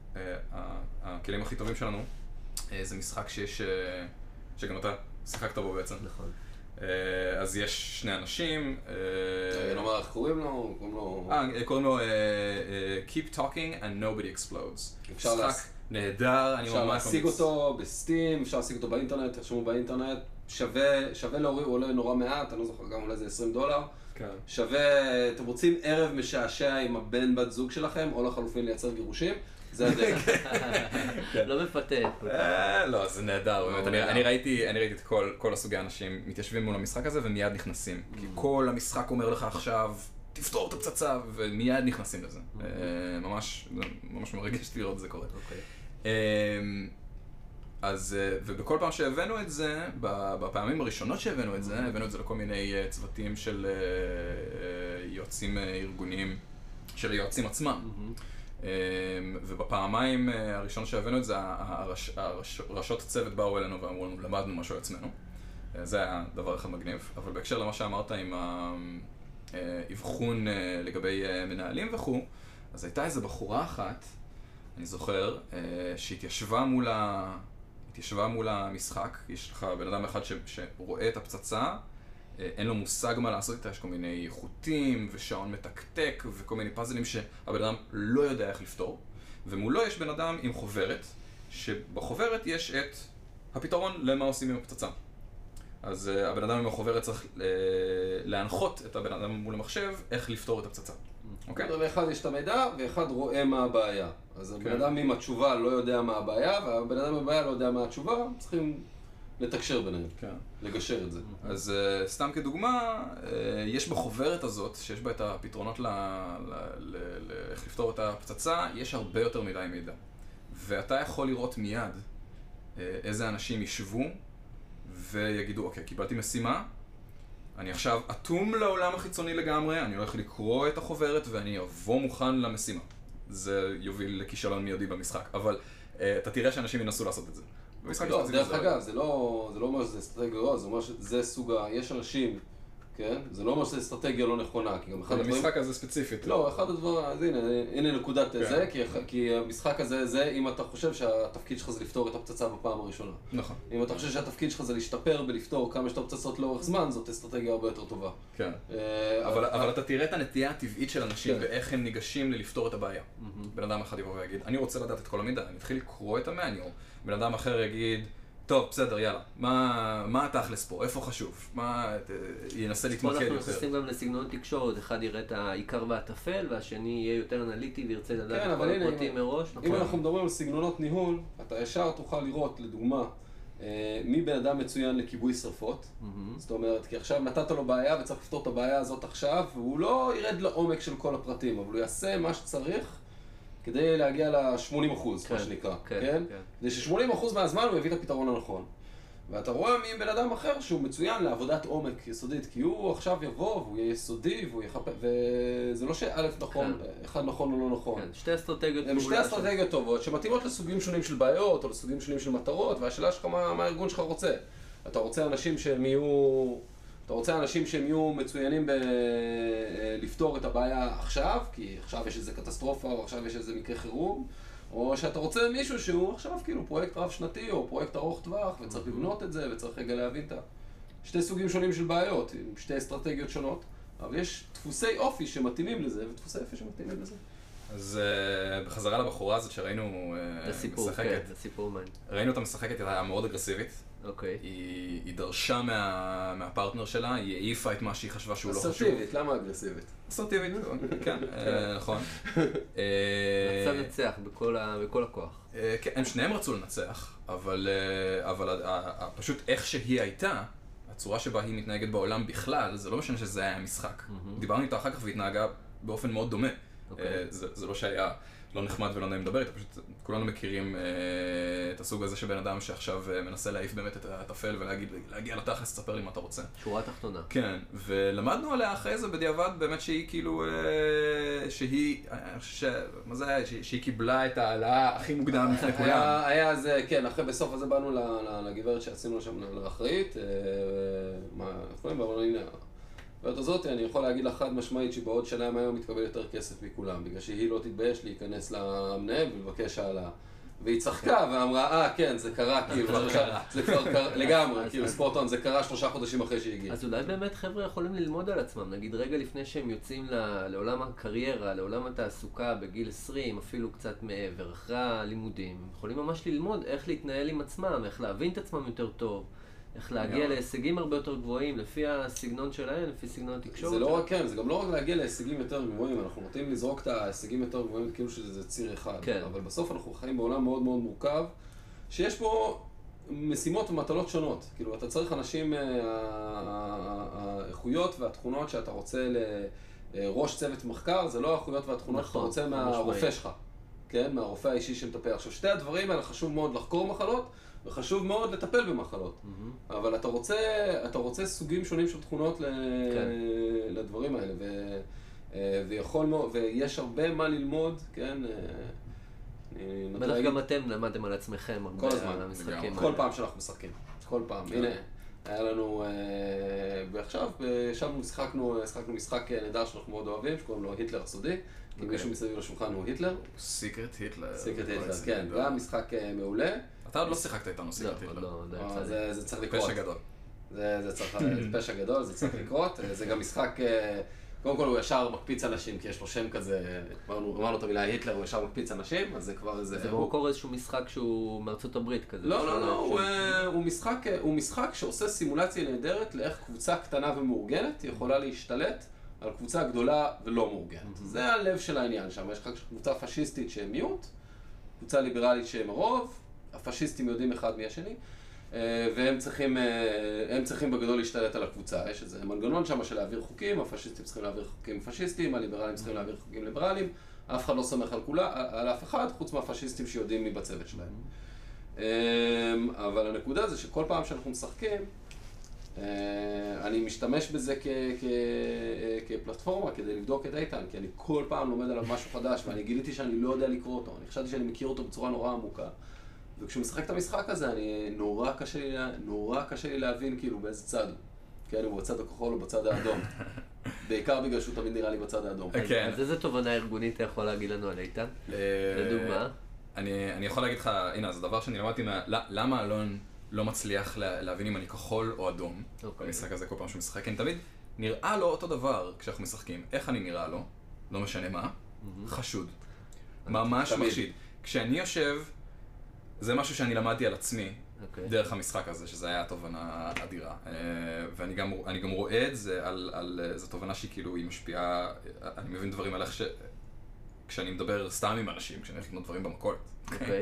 S2: הכלים הכי טובים שלנו, זה משחק שיש, שגם אתה שיחקת בו בעצם.
S1: נכון.
S2: אז יש שני אנשים.
S3: נאמר, איך קוראים לו? קוראים לו...
S2: אה, קוראים לו Keep Talking and Nobody Explodes. משחק נהדר, אני ממש...
S3: אפשר להשיג אותו בסטים, אפשר להשיג אותו באינטרנט, תרשמו באינטרנט. שווה להוריד, הוא עולה נורא מעט, אני לא זוכר גם אולי זה עשרים דולר. שווה, אתם רוצים ערב משעשע עם הבן בת זוג שלכם, או לחלופין לייצר גירושים, זה הדרך.
S1: לא מפתה.
S2: לא, זה נהדר, באמת. אני ראיתי את כל הסוגי האנשים מתיישבים מול המשחק הזה ומיד נכנסים. כי כל המשחק אומר לך עכשיו, תפתור את הפצצה, ומיד נכנסים לזה. ממש, ממש מרגש לראות את זה קורה. אז, ובכל פעם שהבאנו את זה, בפעמים הראשונות שהבאנו את זה, הבאנו את זה לכל מיני צוותים של יועצים ארגוניים, של היועצים עצמם. ובפעמיים הראשון שהבאנו את זה, הראשות צוות באו אלינו ואמרו לנו, למדנו משהו על עצמנו. זה היה דבר אחד מגניב. אבל בהקשר למה שאמרת עם האבחון לגבי מנהלים וכו', אז הייתה איזו בחורה אחת, אני זוכר, שהתיישבה מול ה... התיישבה מול המשחק, יש לך בן אדם אחד ש... שרואה את הפצצה, אין לו מושג מה לעשות איתה, יש כל מיני חוטים ושעון מתקתק וכל מיני פאזלים שהבן אדם לא יודע איך לפתור, ומולו יש בן אדם עם חוברת, שבחוברת יש את הפתרון למה עושים עם הפצצה. אז uh, הבן אדם עם החוברת צריך uh, להנחות את הבן אדם מול המחשב איך לפתור את הפצצה.
S3: אוקיי? ואחד יש את המידע, ואחד רואה מה הבעיה. אז הבן אדם עם התשובה לא יודע מה הבעיה, והבן אדם עם הבעיה לא יודע מה התשובה, צריכים לתקשר ביניהם, לגשר את זה.
S2: אז uh, סתם כדוגמה, uh, יש בחוברת הזאת, שיש בה את הפתרונות לאיך לפתור את הפצצה, יש הרבה יותר מדי מידע. ואתה יכול לראות מיד uh, איזה אנשים ישבו, ויגידו, אוקיי, קיבלתי משימה, אני עכשיו אטום לעולם החיצוני לגמרי, אני הולך לקרוא את החוברת ואני אבוא מוכן למשימה. זה יוביל לכישלון מיידי במשחק, אבל uh, אתה תראה שאנשים ינסו לעשות את זה.
S3: לא, דרך אגב, זה לא אומר שזה אסטרטגיה, זה אומר שזה סוג ה... יש אנשים, כן? זה לא אומר שזה אסטרטגיה לא נכונה, כי גם אחד הדברים...
S2: המשחק הזה ספציפית.
S3: לא, אחד הדברים, אז הנה, הנה נקודת זה, כי המשחק הזה זה אם אתה חושב שהתפקיד שלך זה לפתור את הפצצה בפעם הראשונה.
S2: נכון.
S3: אם אתה חושב שהתפקיד שלך זה להשתפר ולפתור כמה שיותר פצצות לאורך זמן, זאת אסטרטגיה הרבה יותר טובה.
S2: כן. אבל אתה תראה את הנטייה הטבעית של אנשים ואיך הם ניגשים ללפתור את הבעיה. בן אדם אחד יבוא ויגיד, אני רוצה לדעת את כל המידע, אני אתחיל לקרוא את המניואל. בן אדם אחר יגיד, טוב, בסדר, יאללה, מה, מה התכלס פה? איפה חשוב? מה, ינסה להתמקד יותר?
S1: פה אנחנו נכנסים גם לסגנון תקשורת, אחד יראה את העיקר והטפל, והשני יהיה יותר אנליטי וירצה לדעת את כל הפרטים מראש.
S3: אם אנחנו מדברים על סגנונות ניהול, אתה ישר תוכל לראות, לדוגמה, מי בן אדם מצוין לכיבוי שרפות. זאת אומרת, כי עכשיו נתת לו בעיה וצריך לפתור את הבעיה הזאת עכשיו, והוא לא ירד לעומק של כל הפרטים, אבל הוא יעשה מה שצריך, כדי להגיע ל-שמונים אחוז, מה שנקרא, כן? כדי ש-שמונים אחוז מהזמן הוא יביא את הפתרון הנכון. ואתה רואה מי בן אדם אחר שהוא מצוין לעבודת עומק יסודית, כי הוא עכשיו יבוא והוא יהיה יסודי והוא יחפש, וזה לא שא' נכון,
S1: כן.
S3: אחד נכון או לא נכון.
S1: כן, שתי אסטרטגיות
S3: הם שתי אסטרטגיות טובות שמתאימות לסוגים שונים של בעיות או לסוגים שונים של מטרות, והשאלה שלך מה, מה הארגון שלך רוצה. אתה רוצה אנשים שהם יהיו, אתה רוצה אנשים שהם יהיו מצוינים בלפתור את הבעיה עכשיו, כי עכשיו יש איזה קטסטרופה או עכשיו יש איזה מקרה חירום, או שאתה רוצה מישהו שהוא עכשיו כאילו פרויקט רב שנתי או פרויקט ארוך טווח וצריך לבנות את זה וצריך רגע להבין את שתי סוגים שונים של בעיות, עם שתי אסטרטגיות שונות, אבל יש דפוסי אופי שמתאימים לזה ודפוסי אופי שמתאימים לזה.
S2: אז uh, בחזרה לבחורה הזאת שראינו uh,
S1: לסיפור,
S2: משחקת,
S1: כן, לסיפור מעניין.
S2: ראינו אותה משחקת, היא הייתה מאוד אגרסיבית.
S1: אוקיי.
S2: היא, היא דרשה מה, מהפרטנר שלה, היא העיפה את מה שהיא חשבה שהוא לא חשוב.
S3: אסרטיבית, למה אגרסיבית?
S2: אסרטיבית, כן, נכון.
S1: רצה לנצח בכל, ה, בכל הכוח.
S2: כן, הם שניהם רצו לנצח, אבל, אבל פשוט איך שהיא הייתה, הצורה שבה היא מתנהגת בעולם בכלל, זה לא משנה שזה היה משחק. דיברנו איתה אחר כך והתנהגה באופן מאוד דומה. זה, זה לא שהיה לא נחמד ולא נעים לדבר איתה, פשוט כולנו מכירים אה, את הסוג הזה של בן אדם שעכשיו אה, מנסה להעיף באמת את הטפל ולהגיד, להגיע לתכלס, תספר לי מה אתה רוצה.
S1: שורה תחתונה.
S2: כן, ולמדנו עליה אחרי זה בדיעבד באמת שהיא כאילו, אה, שהיא, אני חושב ש... מה זה היה? שהיא, שהיא קיבלה את העלאה הכי מוקדם לפני כולם.
S3: היה, היה זה, כן, אחרי בסוף הזה באנו לגברת שעשינו שם לאחראית, אה, מה, איך קוראים? אבל הנה, ואת הזאת אני יכול להגיד לך חד משמעית שבעוד שנה מהיום מתקבל יותר כסף מכולם, בגלל שהיא לא תתבייש להיכנס למנהל ולבקש העלה. והיא צחקה ואמרה, אה כן, זה קרה, כאילו, זה כבר קרה, לגמרי, כאילו ספורטון, זה קרה שלושה חודשים אחרי שהגיע.
S1: אז אולי באמת חבר'ה יכולים ללמוד על עצמם, נגיד רגע לפני שהם יוצאים לעולם הקריירה, לעולם התעסוקה בגיל עשרים, אפילו קצת מעבר, אחרי הלימודים, יכולים ממש ללמוד איך להתנהל עם עצמם, איך להבין את עצמם יותר טוב. איך להגיע להישגים הרבה יותר גבוהים, לפי הסגנון שלהם, לפי סגנון התקשורת.
S3: זה לא רק כן, זה גם לא רק להגיע להישגים יותר גבוהים, אנחנו נוטים לזרוק את ההישגים יותר גבוהים כאילו שזה ציר אחד.
S1: כן.
S3: אבל בסוף אנחנו חיים בעולם מאוד מאוד מורכב, שיש פה משימות ומטלות שונות. כאילו, אתה צריך אנשים, האיכויות והתכונות שאתה רוצה לראש צוות מחקר, זה לא האיכויות והתכונות שאתה רוצה מהרופא שלך. כן, מהרופא האישי שמטפל. עכשיו, שתי הדברים האלה חשוב מאוד לחקור מחלות, וחשוב מאוד לטפל במחלות. Mm-hmm. אבל אתה רוצה, אתה רוצה סוגים שונים של תכונות ל... כן. לדברים האלה, ו... ויכול מאוד, ויש הרבה מה ללמוד, כן?
S1: בטח להגיד... גם אתם למדתם על עצמכם
S3: כל הזמן,
S1: המשחקים.
S3: כל פעם שאנחנו משחקים, כל פעם. כן. הנה, היה לנו, ועכשיו ישבנו, משחקנו, משחקנו משחק נהדר שאנחנו מאוד אוהבים, שקוראים לו היטלר הסודי. כי מישהו מסביב לשולחן הוא היטלר.
S2: סיקרט היטלר.
S3: סיקרט היטלר, כן. גם משחק מעולה.
S2: אתה עוד לא שיחקת איתנו סיקרט היטלר.
S1: לא, לא.
S3: זה צריך לקרות.
S2: פשע גדול.
S3: זה פשע גדול, זה צריך לקרות. זה גם משחק, קודם כל הוא ישר מקפיץ אנשים, כי יש לו שם כזה, אמרנו את המילה היטלר, הוא ישר מקפיץ אנשים, אז זה כבר איזה...
S1: זה במקור איזשהו משחק שהוא מארצות הברית כזה.
S3: לא, לא, לא, הוא משחק שעושה סימולציה נהדרת לאיך קבוצה קטנה ומאורגנת יכולה להשתלט על קבוצה גדולה ולא מאורגנת. Mm-hmm. זה הלב של העניין שם. יש לך קבוצה פשיסטית שהם מיעוט, קבוצה ליברלית שהם הרוב, הפשיסטים יודעים אחד מי השני, והם צריכים, הם צריכים בגדול להשתלט על הקבוצה. יש איזה מנגנון שם של להעביר חוקים, הפשיסטים צריכים להעביר חוקים פשיסטים, הליברלים צריכים להעביר חוקים ליברליים, אף אחד לא סומך על כולה, על אף אחד, חוץ מהפשיסטים שיודעים מי בצוות שלהם. Mm-hmm. אבל הנקודה זה שכל פעם שאנחנו משחקים, אני משתמש בזה כפלטפורמה כדי לבדוק את איתן, כי אני כל פעם לומד עליו משהו חדש, ואני גיליתי שאני לא יודע לקרוא אותו, אני חשבתי שאני מכיר אותו בצורה נורא עמוקה. וכשהוא משחק את המשחק הזה, אני נורא קשה לי, נורא קשה לי להבין כאילו באיזה צד הוא. כן, הוא בצד הכחול או בצד האדום. בעיקר בגלל שהוא תמיד נראה לי בצד האדום.
S1: אז איזה תובנה ארגונית אתה יכול להגיד לנו על איתן? לדוגמה?
S2: אני יכול להגיד לך, הנה, זה דבר שאני למדתי מה... למה אלון לא מצליח להבין אם אני כחול או אדום במשחק הזה כל פעם שהוא משחק. אני תמיד נראה לו אותו דבר כשאנחנו משחקים. איך אני נראה לו? לא משנה מה. חשוד. ממש מחשיד. כשאני יושב, זה משהו שאני למדתי על עצמי דרך המשחק הזה, שזה היה תובנה אדירה. ואני גם רואה את זה על... זו תובנה שהיא כאילו, היא משפיעה... אני מבין דברים על איך ש... כשאני מדבר סתם עם אנשים, כשאני הולך לקנות דברים במכולת.
S1: אוקיי.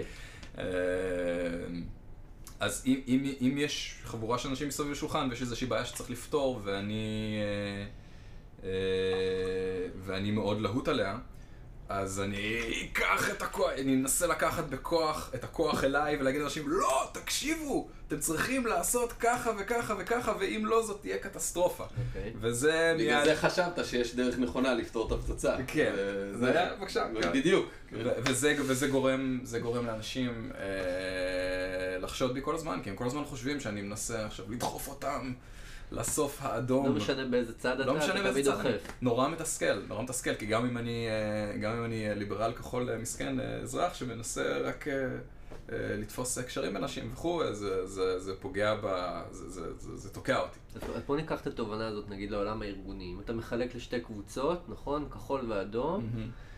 S2: אז אם, אם, אם יש חבורה של אנשים מסביב לשולחן ויש איזושהי בעיה שצריך לפתור ואני, אה, אה, ואני מאוד להוט עליה, אז אני אקח את הכוח, אני אנסה לקחת בכוח את הכוח אליי ולהגיד לאנשים, לא, תקשיבו, אתם צריכים לעשות ככה וככה וככה, ואם לא, זאת תהיה קטסטרופה.
S1: אוקיי.
S2: וזה מיד...
S3: בגלל זה חשבת שיש דרך נכונה לפתור את הפצצה.
S2: כן,
S3: וזה-
S2: זה היה, בבקשה. כן.
S3: בדיוק.
S2: ו- וזה, וזה גורם, זה גורם לאנשים אה, לחשוד בי כל הזמן, כי הם כל הזמן חושבים שאני מנסה עכשיו לדחוף אותם לסוף האדום.
S1: לא משנה באיזה צד אתה,
S2: לא משנה
S1: אתה
S2: באיזה
S1: תמיד
S2: צד, אני
S1: דוחף.
S2: נורא מתסכל, נורא מתסכל, כי גם אם אני, אה, גם אם אני ליברל כחול אה, מסכן, אה, אזרח שמנסה רק אה, אה, לתפוס קשרים בין אנשים וכו', זה, זה, זה פוגע ב... זה, זה, זה, זה תוקע אותי.
S1: אז בוא ניקח את התובנה הזאת, נגיד, לעולם הארגוני. אם אתה מחלק לשתי קבוצות, נכון? כחול ואדום.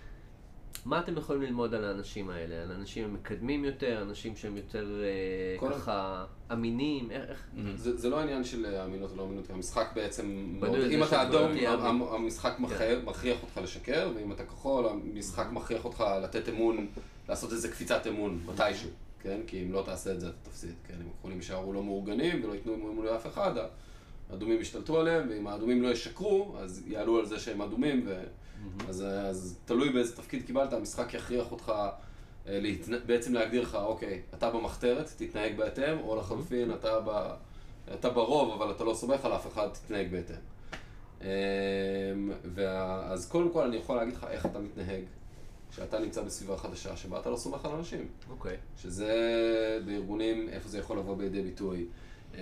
S1: מה אתם יכולים ללמוד על האנשים האלה? על האנשים המקדמים יותר, אנשים שהם יותר אה,
S3: כל-
S1: ככה אמינים? איך... איך-
S3: זה, זה לא עניין של אמינות או לא אמינות, המשחק בעצם,
S1: בנוי
S3: מאוד,
S1: על זה
S3: אם אתה
S1: שאתה
S3: אדום,
S1: לא תהיה
S3: המ-
S1: אמין.
S3: המשחק מכריח, מכריח אותך לשקר, ואם אתה כחול, המשחק מכריח אותך לתת אמון, לעשות איזה קפיצת אמון, מתישהו, כן? כי אם לא תעשה את זה, אתה תפסיד, כן? אם הכחולים יישארו לא מאורגנים ולא ייתנו אמון לאף אחד, האדומים ישתלטו עליהם, ואם האדומים לא ישקרו, אז יעלו על זה שהם אדומים, ו... אז, אז תלוי באיזה תפקיד קיבלת, המשחק יכריח אותך אה, להתנ... בעצם להגדיר לך, אוקיי, אתה במחתרת, תתנהג בהתאם, או לחלופין, אתה, ב... אתה ברוב, אבל אתה לא סומך על אף אחד, תתנהג בהתאם. אה, וה... אז קודם כל אני יכול להגיד לך איך אתה מתנהג, כשאתה נמצא בסביבה חדשה, שבה אתה לא סומך על אנשים.
S1: אוקיי.
S3: שזה בארגונים, איפה זה יכול לבוא בידי ביטוי. אה,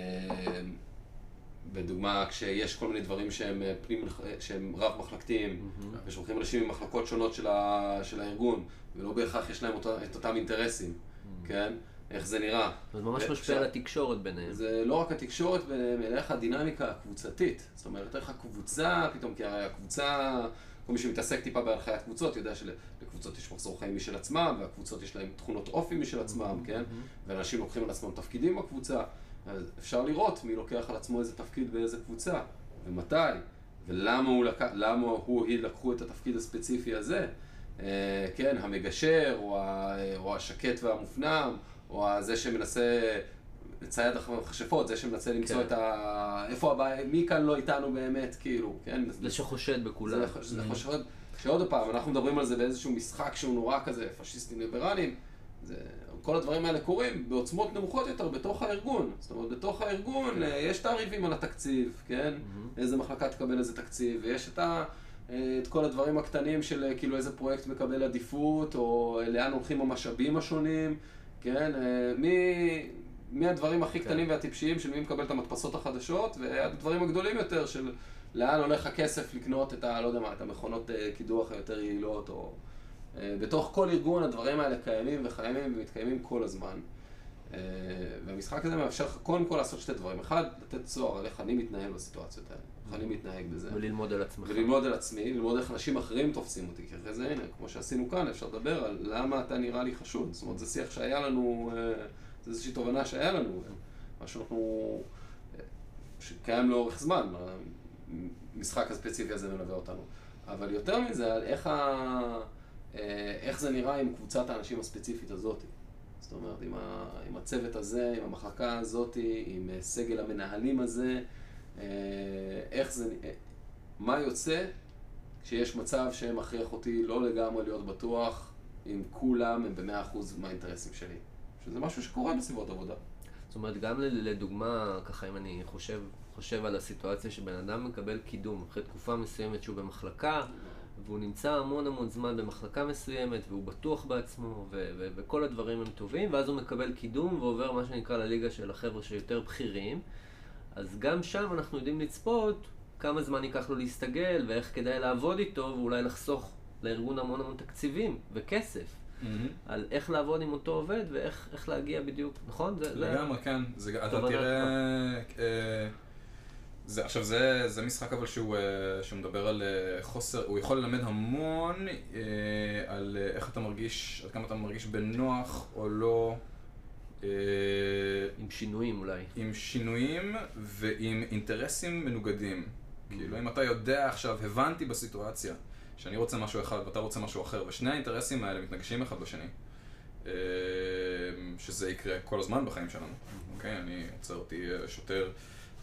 S3: בדוגמה, כשיש כל מיני דברים שהם, פנים, שהם רב-מחלקתיים, ושולחים אנשים ממחלקות שונות של, ה, של הארגון, ולא בהכרח יש להם אותו, את אותם אינטרסים, כן? איך זה נראה.
S1: זה ממש משפיע על התקשורת ביניהם.
S3: זה לא רק התקשורת ביניהם, אלא איך הדינמיקה הקבוצתית. זאת אומרת, איך הקבוצה, פתאום, כי הרי הקבוצה, כל מי שמתעסק טיפה בהנחיית קבוצות, יודע שלקבוצות יש מחזור חיים משל עצמם, והקבוצות יש להם תכונות אופי משל עצמם, כן? ואנשים לוקחים על עצמם תפקידים בקבוצה. אז אפשר לראות מי לוקח על עצמו איזה תפקיד באיזה קבוצה, ומתי, ולמה הוא, לק... למה הוא היא לקחו את התפקיד הספציפי הזה. אה, כן, המגשר, או, ה... או השקט והמופנם, או זה שמנסה לצייד אחרי מכשפות, זה שמנסה למצוא
S1: כן.
S3: את ה... איפה הבעיה, מי כאן לא איתנו באמת, כאילו, כן?
S1: זה שחושד בכולם.
S3: זה, זה חושד, שעוד פעם, אנחנו מדברים על זה באיזשהו משחק שהוא נורא כזה, פשיסטים ליברליים, זה... כל הדברים האלה קורים בעוצמות נמוכות יותר בתוך הארגון. זאת אומרת, בתוך הארגון יש תעריבים על התקציב, כן? איזה מחלקה תקבל איזה תקציב, ויש את, ה, את כל הדברים הקטנים של כאילו איזה פרויקט מקבל עדיפות, או לאן הולכים המשאבים השונים, כן? מי, מי הדברים הכי קטנים והטיפשיים של מי מקבל את המדפסות החדשות, ועד הדברים הגדולים יותר של לאן הולך הכסף לקנות את ה, לא יודע מה, את המכונות קידוח היותר יעילות, או... בתוך כל ארגון הדברים האלה קיימים וחיימים ומתקיימים כל הזמן. והמשחק הזה מאפשר לך קודם כל לעשות שתי דברים. אחד, לתת צוהר על איך אני מתנהל בסיטואציות האלה, איך אני מתנהג בזה.
S1: וללמוד על עצמך.
S3: וללמוד על עצמי, ללמוד איך אנשים אחרים תופסים אותי. כי אחרי זה, הנה, כמו שעשינו כאן, אפשר לדבר על למה אתה נראה לי חשוד. זאת אומרת, זה שיח שהיה לנו, זה איזושהי תובנה שהיה לנו. מה שאנחנו, שקיים לאורך זמן, המשחק הספציפי הזה מלווה אותנו. אבל יותר מזה, על איך ה... איך זה נראה עם קבוצת האנשים הספציפית הזאת. זאת אומרת, עם, ה, עם הצוות הזה, עם המחלקה הזאת, עם סגל המנהלים הזה, איך זה, מה יוצא כשיש מצב שמכריח אותי לא לגמרי להיות בטוח אם כולם הם ב-מאה אחוז מהאינטרסים שלי. שזה משהו שקורה בסביבות עבודה.
S1: זאת אומרת, גם לדוגמה, ככה אם אני חושב, חושב על הסיטואציה שבן אדם מקבל קידום אחרי תקופה מסוימת שהוא במחלקה, והוא נמצא המון המון זמן במחלקה מסוימת, והוא בטוח בעצמו, ו- ו- וכל הדברים הם טובים, ואז הוא מקבל קידום ועובר מה שנקרא לליגה של החבר'ה שיותר בכירים. אז גם שם אנחנו יודעים לצפות כמה זמן ייקח לו להסתגל, ואיך כדאי לעבוד איתו, ואולי לחסוך לארגון המון המון תקציבים וכסף. Mm-hmm. על איך לעבוד עם אותו עובד, ואיך איך להגיע בדיוק, נכון? זה,
S2: לגמרי,
S1: זה...
S2: כן. זה, אתה תראה... אה, זה, עכשיו, זה, זה משחק אבל שהוא, שהוא מדבר על חוסר, הוא יכול ללמד המון אה, על איך אתה מרגיש, עד כמה אתה מרגיש בנוח או לא. אה,
S1: עם שינויים אולי.
S2: עם שינויים ועם אינטרסים מנוגדים. Mm-hmm. כאילו, אם אתה יודע עכשיו, הבנתי בסיטואציה שאני רוצה משהו אחד ואתה רוצה משהו אחר, ושני האינטרסים האלה מתנגשים אחד בשני, אה, שזה יקרה כל הזמן בחיים שלנו. אוקיי? אני רוצה אותי שוטר.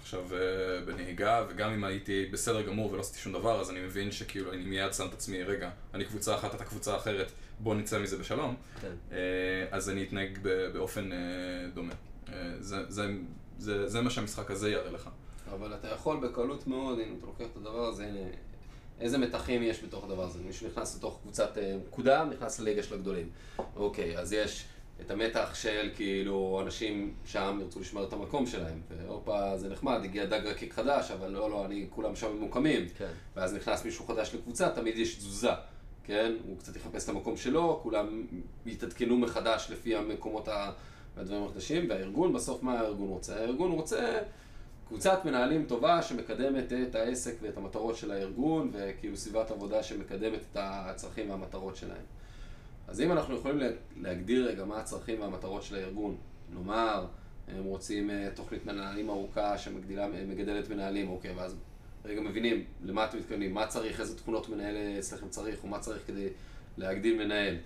S2: עכשיו בנהיגה, וגם אם הייתי בסדר גמור ולא עשיתי שום דבר, אז אני מבין שכאילו אני מיד שם את עצמי, רגע, אני קבוצה אחת, אתה קבוצה אחרת, בוא נצא מזה בשלום. כן. אז אני אתנהג באופן דומה. זה, זה, זה, זה מה שהמשחק הזה יראה לך.
S3: אבל אתה יכול בקלות מאוד, אם אתה לוקח את הדבר הזה, הנה, איזה מתחים יש בתוך הדבר הזה. מישהו נכנס לתוך קבוצת פקודה, נכנס לליגה של הגדולים. אוקיי, אז יש את המתח של כאילו אנשים שם ירצו לשמור את המקום שלהם. ואופה, זה נחמד, הגיע דג רקיק חדש, אבל לא, לא, אני כולם שם ממוקמים. כן. ואז נכנס מישהו חדש לקבוצה, תמיד יש תזוזה. כן? הוא קצת יחפש את המקום שלו, כולם יתעדכנו מחדש לפי המקומות והדברים החדשים, והארגון, בסוף מה הארגון רוצה? הארגון רוצה קבוצת מנהלים טובה שמקדמת את העסק ואת המטרות של הארגון, וכאילו סביבת עבודה שמקדמת את הצרכים והמטרות שלהם. אז אם אנחנו יכולים להגדיר רגע מה הצרכים והמטרות של הארגון, נאמר, הם רוצים תוכנית מנהלים ארוכה שמגדלת מנהלים, אוקיי, ואז רגע מבינים למה אתם מתכוונים, מה צריך, איזה תכונות מנהל אצלכם צריך, או מה צריך כדי להגדיל מנהל.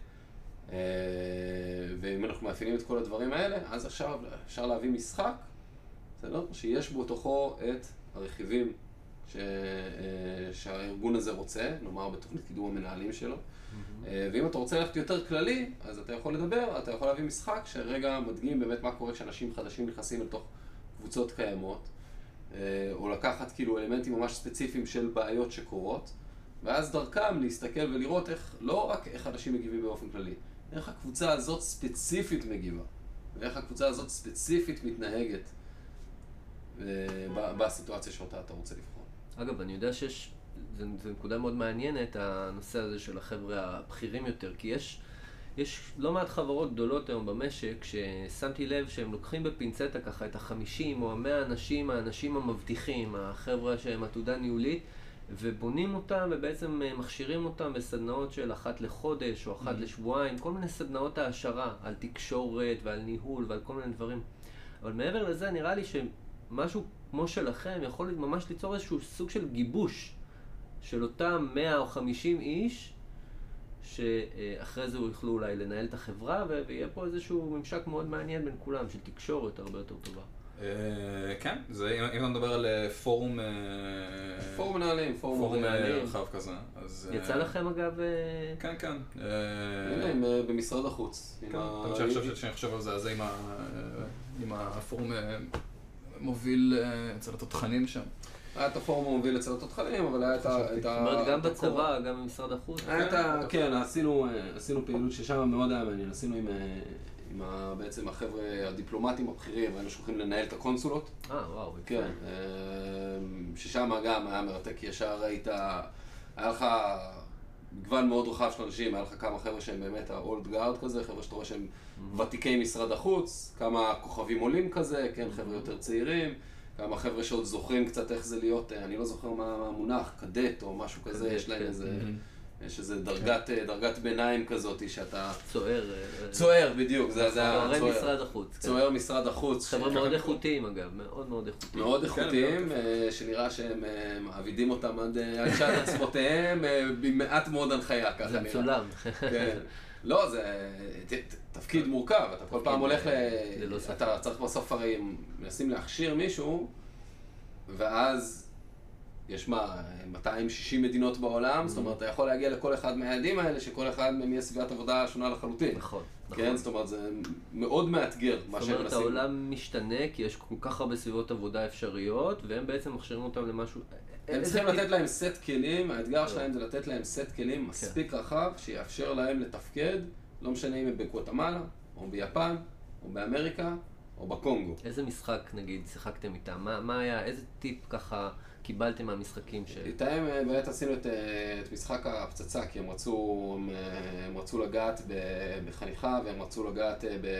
S3: ואם אנחנו מאפיינים את כל הדברים האלה, אז עכשיו אפשר להביא משחק, בסדר? שיש בו תוכו את הרכיבים ש... שהארגון הזה רוצה, נאמר בתוכנית קידום המנהלים שלו. Mm-hmm. ואם אתה רוצה ללכת יותר כללי, אז אתה יכול לדבר, אתה יכול להביא משחק שרגע מדגים באמת מה קורה כשאנשים חדשים נכנסים לתוך קבוצות קיימות, או לקחת כאילו אלמנטים ממש ספציפיים של בעיות שקורות, ואז דרכם להסתכל ולראות איך, לא רק איך אנשים מגיבים באופן כללי, איך הקבוצה הזאת ספציפית מגיבה, ואיך הקבוצה הזאת ספציפית מתנהגת בסיטואציה שאותה אתה רוצה לבחון.
S1: אגב, אני יודע שיש, זו נקודה מאוד מעניינת, הנושא הזה של החבר'ה הבכירים יותר, כי יש, יש לא מעט חברות גדולות היום במשק, ששמתי לב שהם לוקחים בפינצטה ככה את החמישים או המאה אנשים, האנשים המבטיחים, החבר'ה שהם עתודה ניהולית, ובונים אותם ובעצם מכשירים אותם בסדנאות של אחת לחודש או אחת mm-hmm. לשבועיים, כל מיני סדנאות העשרה על תקשורת ועל ניהול ועל כל מיני דברים. אבל מעבר לזה נראה לי שמשהו כמו שלכם יכול ממש ליצור איזשהו סוג של גיבוש של אותם מאה או חמישים איש, שאחרי זה יוכלו אולי לנהל את החברה, ויהיה פה איזשהו ממשק מאוד מעניין בין כולם, של תקשורת הרבה יותר טובה.
S2: כן, אם אתה מדבר על פורום...
S3: פורום מנהלים,
S2: פורום רחב כזה.
S1: יצא לכם אגב...
S2: כן, כן.
S3: הנה, במשרד החוץ.
S2: שאני חושב על זה, אז עם הפורום מוביל אצל התותחנים שם.
S3: היה את הפורום המוביל אצל התותחנים, אבל היה את ה...
S1: זאת אומרת, גם בצבא, גם במשרד החוץ.
S3: כן, עשינו פעילות ששם מאוד היה מעניין, עשינו עם... עם בעצם החבר'ה הדיפלומטים הבכירים, היינו שולחים לנהל את הקונסולות.
S1: אה, וואו.
S3: כן, ששם גם היה מרתק, ישר היית, היה לך מגוון מאוד רחב של אנשים, היה לך כמה חבר'ה שהם באמת ה-old guard כזה, חבר'ה שאתה רואה שהם ותיקי משרד החוץ, כמה כוכבים עולים כזה, כן, חבר'ה יותר צעירים, כמה חבר'ה שעוד זוכרים קצת איך זה להיות, אני לא זוכר מה המונח, קדט או משהו כזה, יש להם איזה... יש איזה דרגת, דרגת ביניים כזאת שאתה...
S1: צוער.
S3: צוער, בדיוק, זה היה
S1: צוער. צוער משרד החוץ.
S3: צוער משרד החוץ.
S1: חבר'ה מאוד איכותיים אגב, מאוד מאוד איכותיים.
S3: מאוד איכותיים, שנראה שהם מעבידים אותם עד שעת עצמותיהם, במעט מאוד הנחיה, ככה נראה.
S1: זה מצולם.
S3: כן. לא, זה תפקיד מורכב, אתה כל פעם הולך ל... אתה צריך בסוף הרי, מנסים להכשיר מישהו, ואז... יש מה, מאתיים ושישים מדינות בעולם, זאת אומרת, אתה יכול להגיע לכל אחד מהיעדים האלה, שכל אחד מהם יהיה סביבת עבודה שונה לחלוטין.
S1: נכון,
S3: נכון. כן, זאת אומרת, זה מאוד מאתגר מה שהם מנסים.
S1: זאת אומרת, העולם משתנה, כי יש כל כך הרבה סביבות עבודה אפשריות, והם בעצם מכשירים אותם למשהו...
S3: הם צריכים לתת להם סט כלים, האתגר שלהם זה לתת להם סט כלים מספיק רחב, שיאפשר להם לתפקד, לא משנה אם הם בגואטמלה, או ביפן, או באמריקה, או בקונגו.
S1: איזה משחק, נגיד, שיחקתם איתם? מה, מה היה, איזה טיפ ככה קיבלתם מהמשחקים ש...
S3: איתם באמת עשינו את, את משחק הפצצה, כי הם רצו, הם, הם רצו לגעת בחניכה, והם רצו לגעת ב,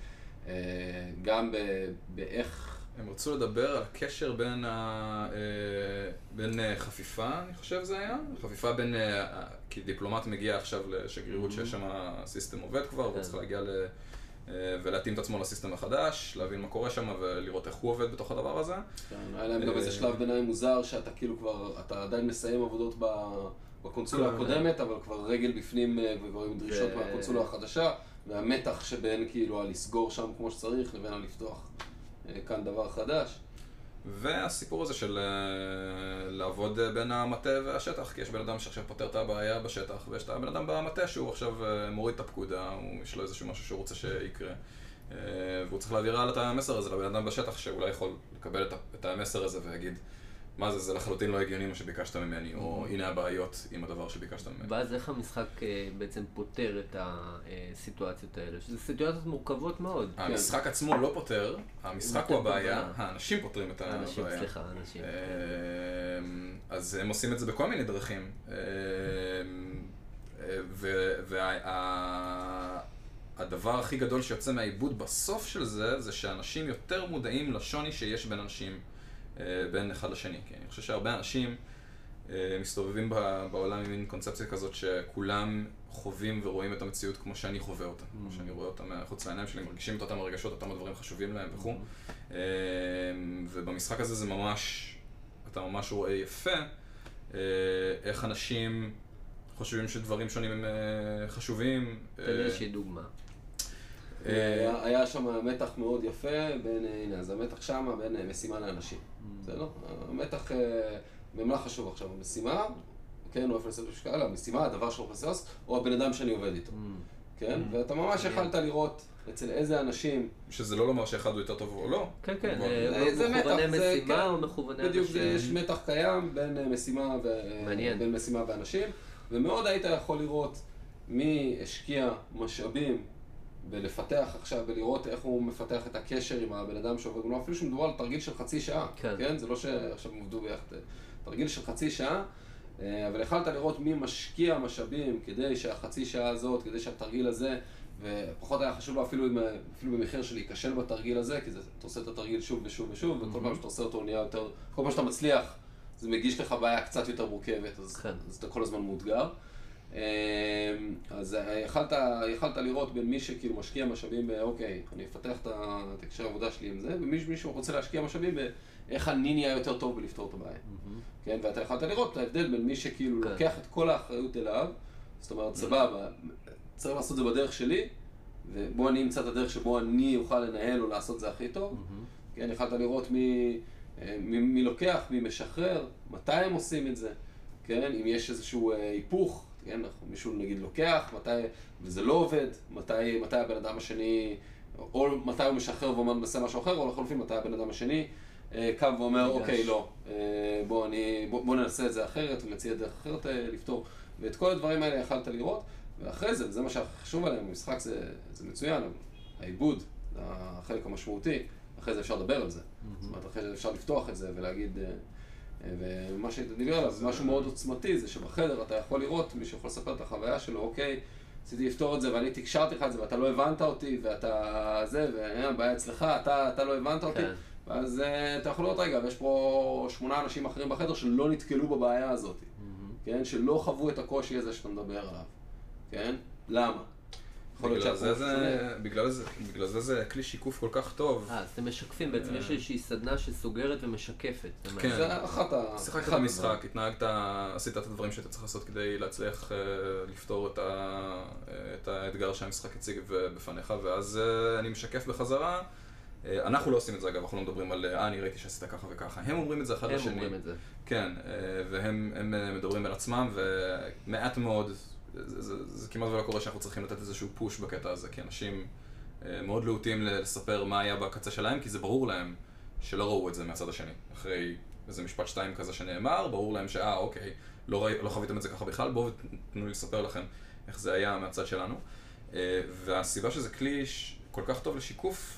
S3: גם ב, באיך...
S2: הם רצו לדבר על הקשר בין, ה, בין חפיפה, אני חושב זה היה, חפיפה בין, כי דיפלומט מגיע עכשיו לשגרירות שיש שם הסיסטם עובד כבר, והוא צריך להגיע ל... ולהתאים את עצמו לסיסטם החדש, להבין מה קורה שם ולראות איך הוא עובד בתוך הדבר הזה.
S3: כן, היה להם גם איזה שלב ביניים מוזר שאתה כאילו כבר, אתה עדיין מסיים עבודות בקונסולה הקודמת, אבל כבר רגל בפנים וכבר עם דרישות מהקונסולה החדשה, והמתח שבין כאילו הלסגור שם כמו שצריך לבין הלפתוח כאן דבר חדש.
S2: והסיפור הזה של לעבוד בין המטה והשטח, כי יש בן אדם שעכשיו פותר את הבעיה בשטח, ויש את הבן אדם במטה שהוא עכשיו מוריד את הפקודה, יש לו איזשהו משהו שהוא רוצה שיקרה. והוא צריך להעביר על את המסר הזה לבן אדם בשטח, שאולי יכול לקבל את המסר הזה ויגיד, מה זה, זה לחלוטין לא הגיוני מה שביקשת ממני, או הנה הבעיות עם הדבר שביקשת ממני.
S1: ואז איך המשחק בעצם פותר את הסיטואציות האלה? שזה סיטואציות מורכבות מאוד.
S2: המשחק עצמו לא פותר, המשחק הוא הבעיה, האנשים פותרים את הבעיה.
S1: האנשים, סליחה, האנשים.
S2: אז הם עושים את זה בכל מיני דרכים. והדבר הכי גדול שיוצא מהעיבוד בסוף של זה, זה שאנשים יותר מודעים לשוני שיש בין אנשים. בין אחד לשני, כי אני חושב שהרבה אנשים מסתובבים בעולם עם מין קונספציה כזאת שכולם חווים ורואים את המציאות כמו שאני חווה אותה, כמו שאני רואה אותה מחוץ לעיניים שלי, מרגישים את אותם הרגשות, אותם הדברים חשובים להם וכו'. ובמשחק הזה זה ממש, אתה ממש רואה יפה איך אנשים חושבים שדברים שונים הם חשובים.
S1: תן לי איזושהי דוגמה.
S3: היה שם מתח מאוד יפה בין, הנה, אז המתח שם בין משימה לאנשים. זה לא? המתח במה חשוב עכשיו, המשימה, כן, הוא איפה לסדר משקל, המשימה, הדבר שהוא יכול לעשות, או הבן אדם שאני עובד איתו. כן? ואתה ממש יכלת לראות אצל איזה אנשים...
S2: שזה לא לומר שאחד הוא יותר טוב או לא.
S1: כן, כן, מכווני משימה או מכווני אנשים.
S3: בדיוק, יש מתח קיים בין משימה ואנשים, ומאוד היית יכול לראות מי השקיע משאבים ולפתח עכשיו ולראות איך הוא מפתח את הקשר עם הבן אדם שעובד מולו, אפילו שמדובר על תרגיל של חצי שעה, כן? כן? זה לא שעכשיו הם עובדו ביחד, תרגיל של חצי שעה, אבל יכלת לראות מי משקיע משאבים כדי שהחצי שעה הזאת, כדי שהתרגיל הזה, ופחות היה חשוב לו אפילו, אפילו במחיר של להיכשל בתרגיל הזה, כי זה, אתה עושה את התרגיל שוב ושוב ושוב, וכל פעם שאתה עושה אותו הוא נהיה יותר, כל פעם שאתה מצליח, זה מגיש לך בעיה קצת יותר מורכבת, אז, כן. אז אתה כל הזמן מאותגר. אז יכלת, יכלת לראות בין מי שכאילו משקיע משאבים באוקיי, אני אפתח את הקשר העבודה שלי עם זה, ומי שהוא רוצה להשקיע משאבים באיך אני נהיה יותר טוב בלפתור את הבעיה. כן, ואתה יכלת לראות את ההבדל בין מי שכאילו לוקח את כל האחריות אליו, זאת אומרת, סבבה, צריך לעשות את זה בדרך שלי, ובוא אני אמצא את הדרך שבו אני אוכל לנהל או לעשות את זה הכי טוב. כן, יכלת לראות מי, מי, מי לוקח, מי משחרר, מתי הם עושים את זה, כן, אם יש איזשהו היפוך, כן, מישהו נגיד לוקח, מתי, וזה לא עובד, מתי, מתי הבן אדם השני, או מתי הוא משחרר ואומר מנסה משהו אחר, או לחלופין מתי הבן אדם השני קם ואומר, אוקיי, לא, בוא, אני, בוא, בוא ננסה את זה אחרת, ונציע דרך אחרת לפתור, ואת כל הדברים האלה יכלת לראות, ואחרי זה, וזה מה שחשוב עליהם, המשחק זה, זה מצוין, העיבוד, החלק המשמעותי, אחרי זה אפשר לדבר על זה, זאת אומרת, אחרי זה אפשר לפתוח את זה ולהגיד, ומה שהייתי דיבר עליו, משהו מאוד עוצמתי זה שבחדר אתה יכול לראות, מישהו יכול לספר את החוויה שלו, אוקיי, רציתי לפתור את זה ואני תקשרתי לך את זה ואתה לא הבנת אותי ואתה זה, והבעיה אצלך, אתה, אתה לא הבנת אותי, ואז אתה יכול לראות רגע, ויש פה שמונה אנשים אחרים בחדר שלא נתקלו בבעיה הזאת, כן, שלא חוו את הקושי הזה שאתה מדבר עליו, כן, למה?
S2: בגלל זה זה, בגלל זה, בגלל זה זה כלי שיקוף כל כך טוב.
S1: אה, אז אתם משקפים, בעצם יש איזושהי סדנה שסוגרת ומשקפת.
S2: כן,
S3: זה אחת ה...
S2: שיחקת במשחק, התנהגת, עשית את הדברים שאתה צריך לעשות כדי להצליח לפתור את האתגר שהמשחק הציג בפניך, ואז אני משקף בחזרה. אנחנו לא עושים את זה אגב, אנחנו לא מדברים על, אה, אני ראיתי שעשית ככה וככה. הם אומרים את זה אחד לשני.
S1: הם אומרים את זה.
S2: כן, והם מדברים על עצמם, ומעט מאוד, זה, זה, זה כמעט ולא קורה שאנחנו צריכים לתת איזשהו פוש בקטע הזה, כי אנשים מאוד להוטים לספר מה היה בקצה שלהם, כי זה ברור להם שלא ראו את זה מהצד השני. אחרי איזה משפט שתיים כזה שנאמר, ברור להם שאה, אוקיי, לא, לא חוויתם את זה ככה בכלל, בואו תנו לי לספר לכם איך זה היה מהצד שלנו. והסיבה שזה כלי כל כך טוב לשיקוף,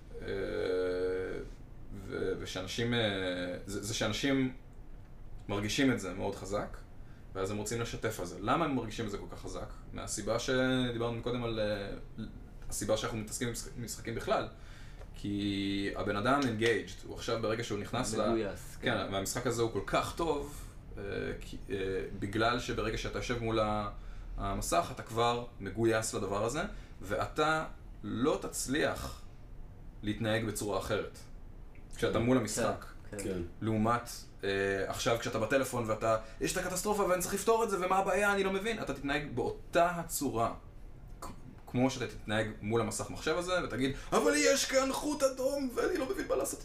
S2: ושאנשים, זה, זה שאנשים מרגישים את זה מאוד חזק, ואז הם רוצים לשתף על זה. למה הם מרגישים את זה כל כך חזק? מהסיבה שדיברנו קודם על הסיבה שאנחנו מתעסקים במשחקים בכלל. כי הבן אדם engaged, הוא עכשיו ברגע שהוא נכנס ל...
S1: מגויס.
S2: כן, והמשחק הזה הוא כל כך טוב, בגלל שברגע שאתה יושב מול המסך, אתה כבר מגויס לדבר הזה, ואתה לא תצליח להתנהג בצורה אחרת. כשאתה מול המשחק.
S3: כן.
S2: לעומת עכשיו כשאתה בטלפון ואתה, יש את הקטסטרופה ואני צריך לפתור את זה ומה הבעיה, אני לא מבין. אתה תתנהג באותה הצורה, כמו שאתה תתנהג מול המסך מחשב הזה ותגיד, אבל יש כאן חוט אדום ואני לא מבין מה לעשות איתו.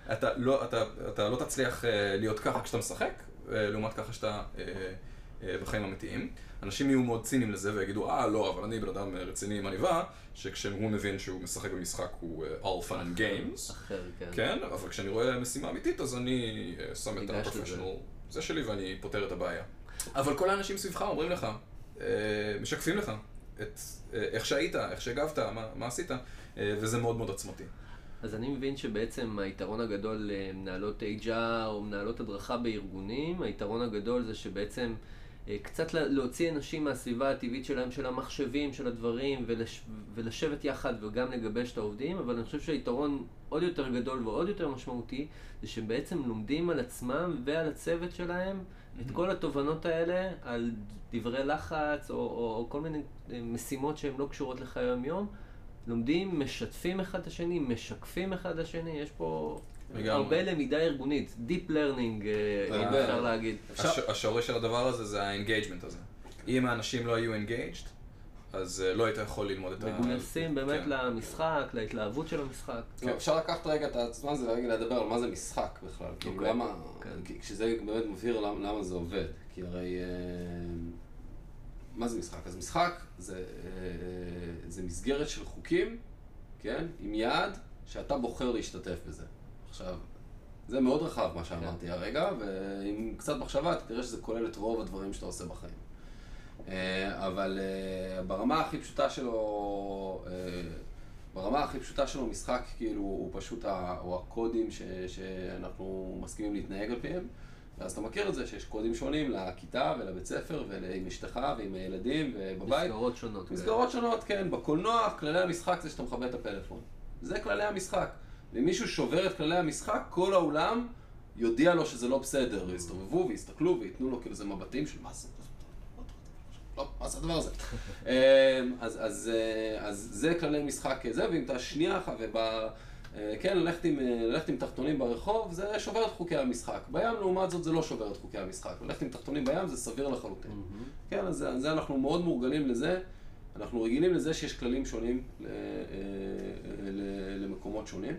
S2: אתה לא, אתה, אתה לא תצליח להיות ככה כשאתה משחק, לעומת ככה שאתה בחיים אמיתיים. אנשים יהיו מאוד ציניים לזה ויגידו, אה, לא, אבל אני בן אדם רציני עם עניבה, שכשהוא מבין שהוא משחק במשחק הוא all fun and games.
S1: אחר, כן.
S2: כן, אבל כשאני רואה משימה אמיתית, אז אני שם את הפרופשיונל. זה שלי ואני פותר את הבעיה. אבל כל האנשים סביבך אומרים לך, משקפים לך את איך שהיית, איך שהגבת, מה, מה עשית, וזה מאוד מאוד עצמתי.
S1: אז אני מבין שבעצם היתרון הגדול למנהלות אייץ' אר או מנהלות הדרכה בארגונים, היתרון הגדול זה שבעצם קצת להוציא אנשים מהסביבה הטבעית שלהם, של המחשבים, של הדברים, ולש... ולשבת יחד וגם לגבש את העובדים, אבל אני חושב שהיתרון עוד יותר גדול ועוד יותר משמעותי, זה שבעצם לומדים על עצמם ועל הצוות שלהם mm-hmm. את כל התובנות האלה, על דברי לחץ או, או, או כל מיני משימות שהן לא קשורות לחיי היום-יום, לומדים, משתפים אחד את השני, משקפים אחד את השני, יש פה הרבה למידה ארגונית, Deep Learning, אם אפשר להגיד.
S2: השורש של הדבר הזה זה ה-engagement הזה. אם האנשים לא היו engaged, אז לא היית יכול ללמוד את ה...
S1: מגויסים באמת למשחק, להתלהבות של המשחק.
S3: אפשר לקחת רגע את הזמן הזה ורגע לדבר על מה זה משחק בכלל. כאילו למה, כשזה באמת מבהיר למה זה עובד. כי הרי... מה זה משחק? אז משחק זה, זה מסגרת של חוקים, כן? עם יעד שאתה בוחר להשתתף בזה. עכשיו, זה מאוד רחב מה שאמרתי הרגע, ועם קצת מחשבה אתה תראה שזה כולל את רוב הדברים שאתה עושה בחיים. אבל ברמה הכי פשוטה שלו, ברמה הכי פשוטה שלו משחק כאילו הוא פשוט הוא הקודים ש, שאנחנו מסכימים להתנהג על פיהם. ואז אתה מכיר את זה שיש קודים שונים לכיתה ולבית ספר ועם אשתך ועם הילדים ובבית.
S1: מסגרות שונות.
S3: מסגרות שונות, כן. בקולנוע, כללי המשחק זה שאתה מכבה את הפלאפון. זה כללי המשחק. אם מישהו שובר את כללי המשחק, כל העולם יודיע לו שזה לא בסדר. יסתובבו ויסתכלו ויתנו לו כאילו זה מבטים של מה זה? לא, מה זה הדבר הזה? אז, אז, אז זה כללי משחק זה, ואם אתה שנייה אחת ובא... כן, ללכת עם, ללכת עם תחתונים ברחוב, זה שובר את חוקי המשחק. בים, לעומת זאת, זה לא שובר את חוקי המשחק. ללכת עם תחתונים בים זה סביר לחלוטין. Mm-hmm. כן, אז זה אנחנו מאוד מורגלים לזה. אנחנו רגילים לזה שיש כללים שונים למקומות שונים.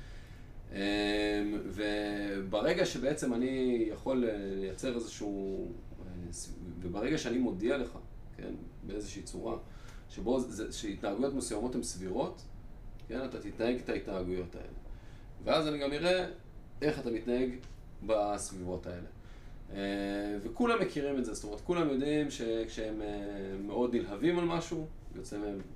S3: וברגע שבעצם אני יכול לייצר איזשהו... וברגע שאני מודיע לך, כן, באיזושהי צורה, שבו שהתנהגויות מסוימות הן סבירות, כן, אתה תתנהג את ההתנהגויות האלה. ואז אני גם אראה איך אתה מתנהג בסביבות האלה. וכולם מכירים את זה, זאת אומרת, כולם יודעים שכשהם מאוד נלהבים על משהו, יוצא מהם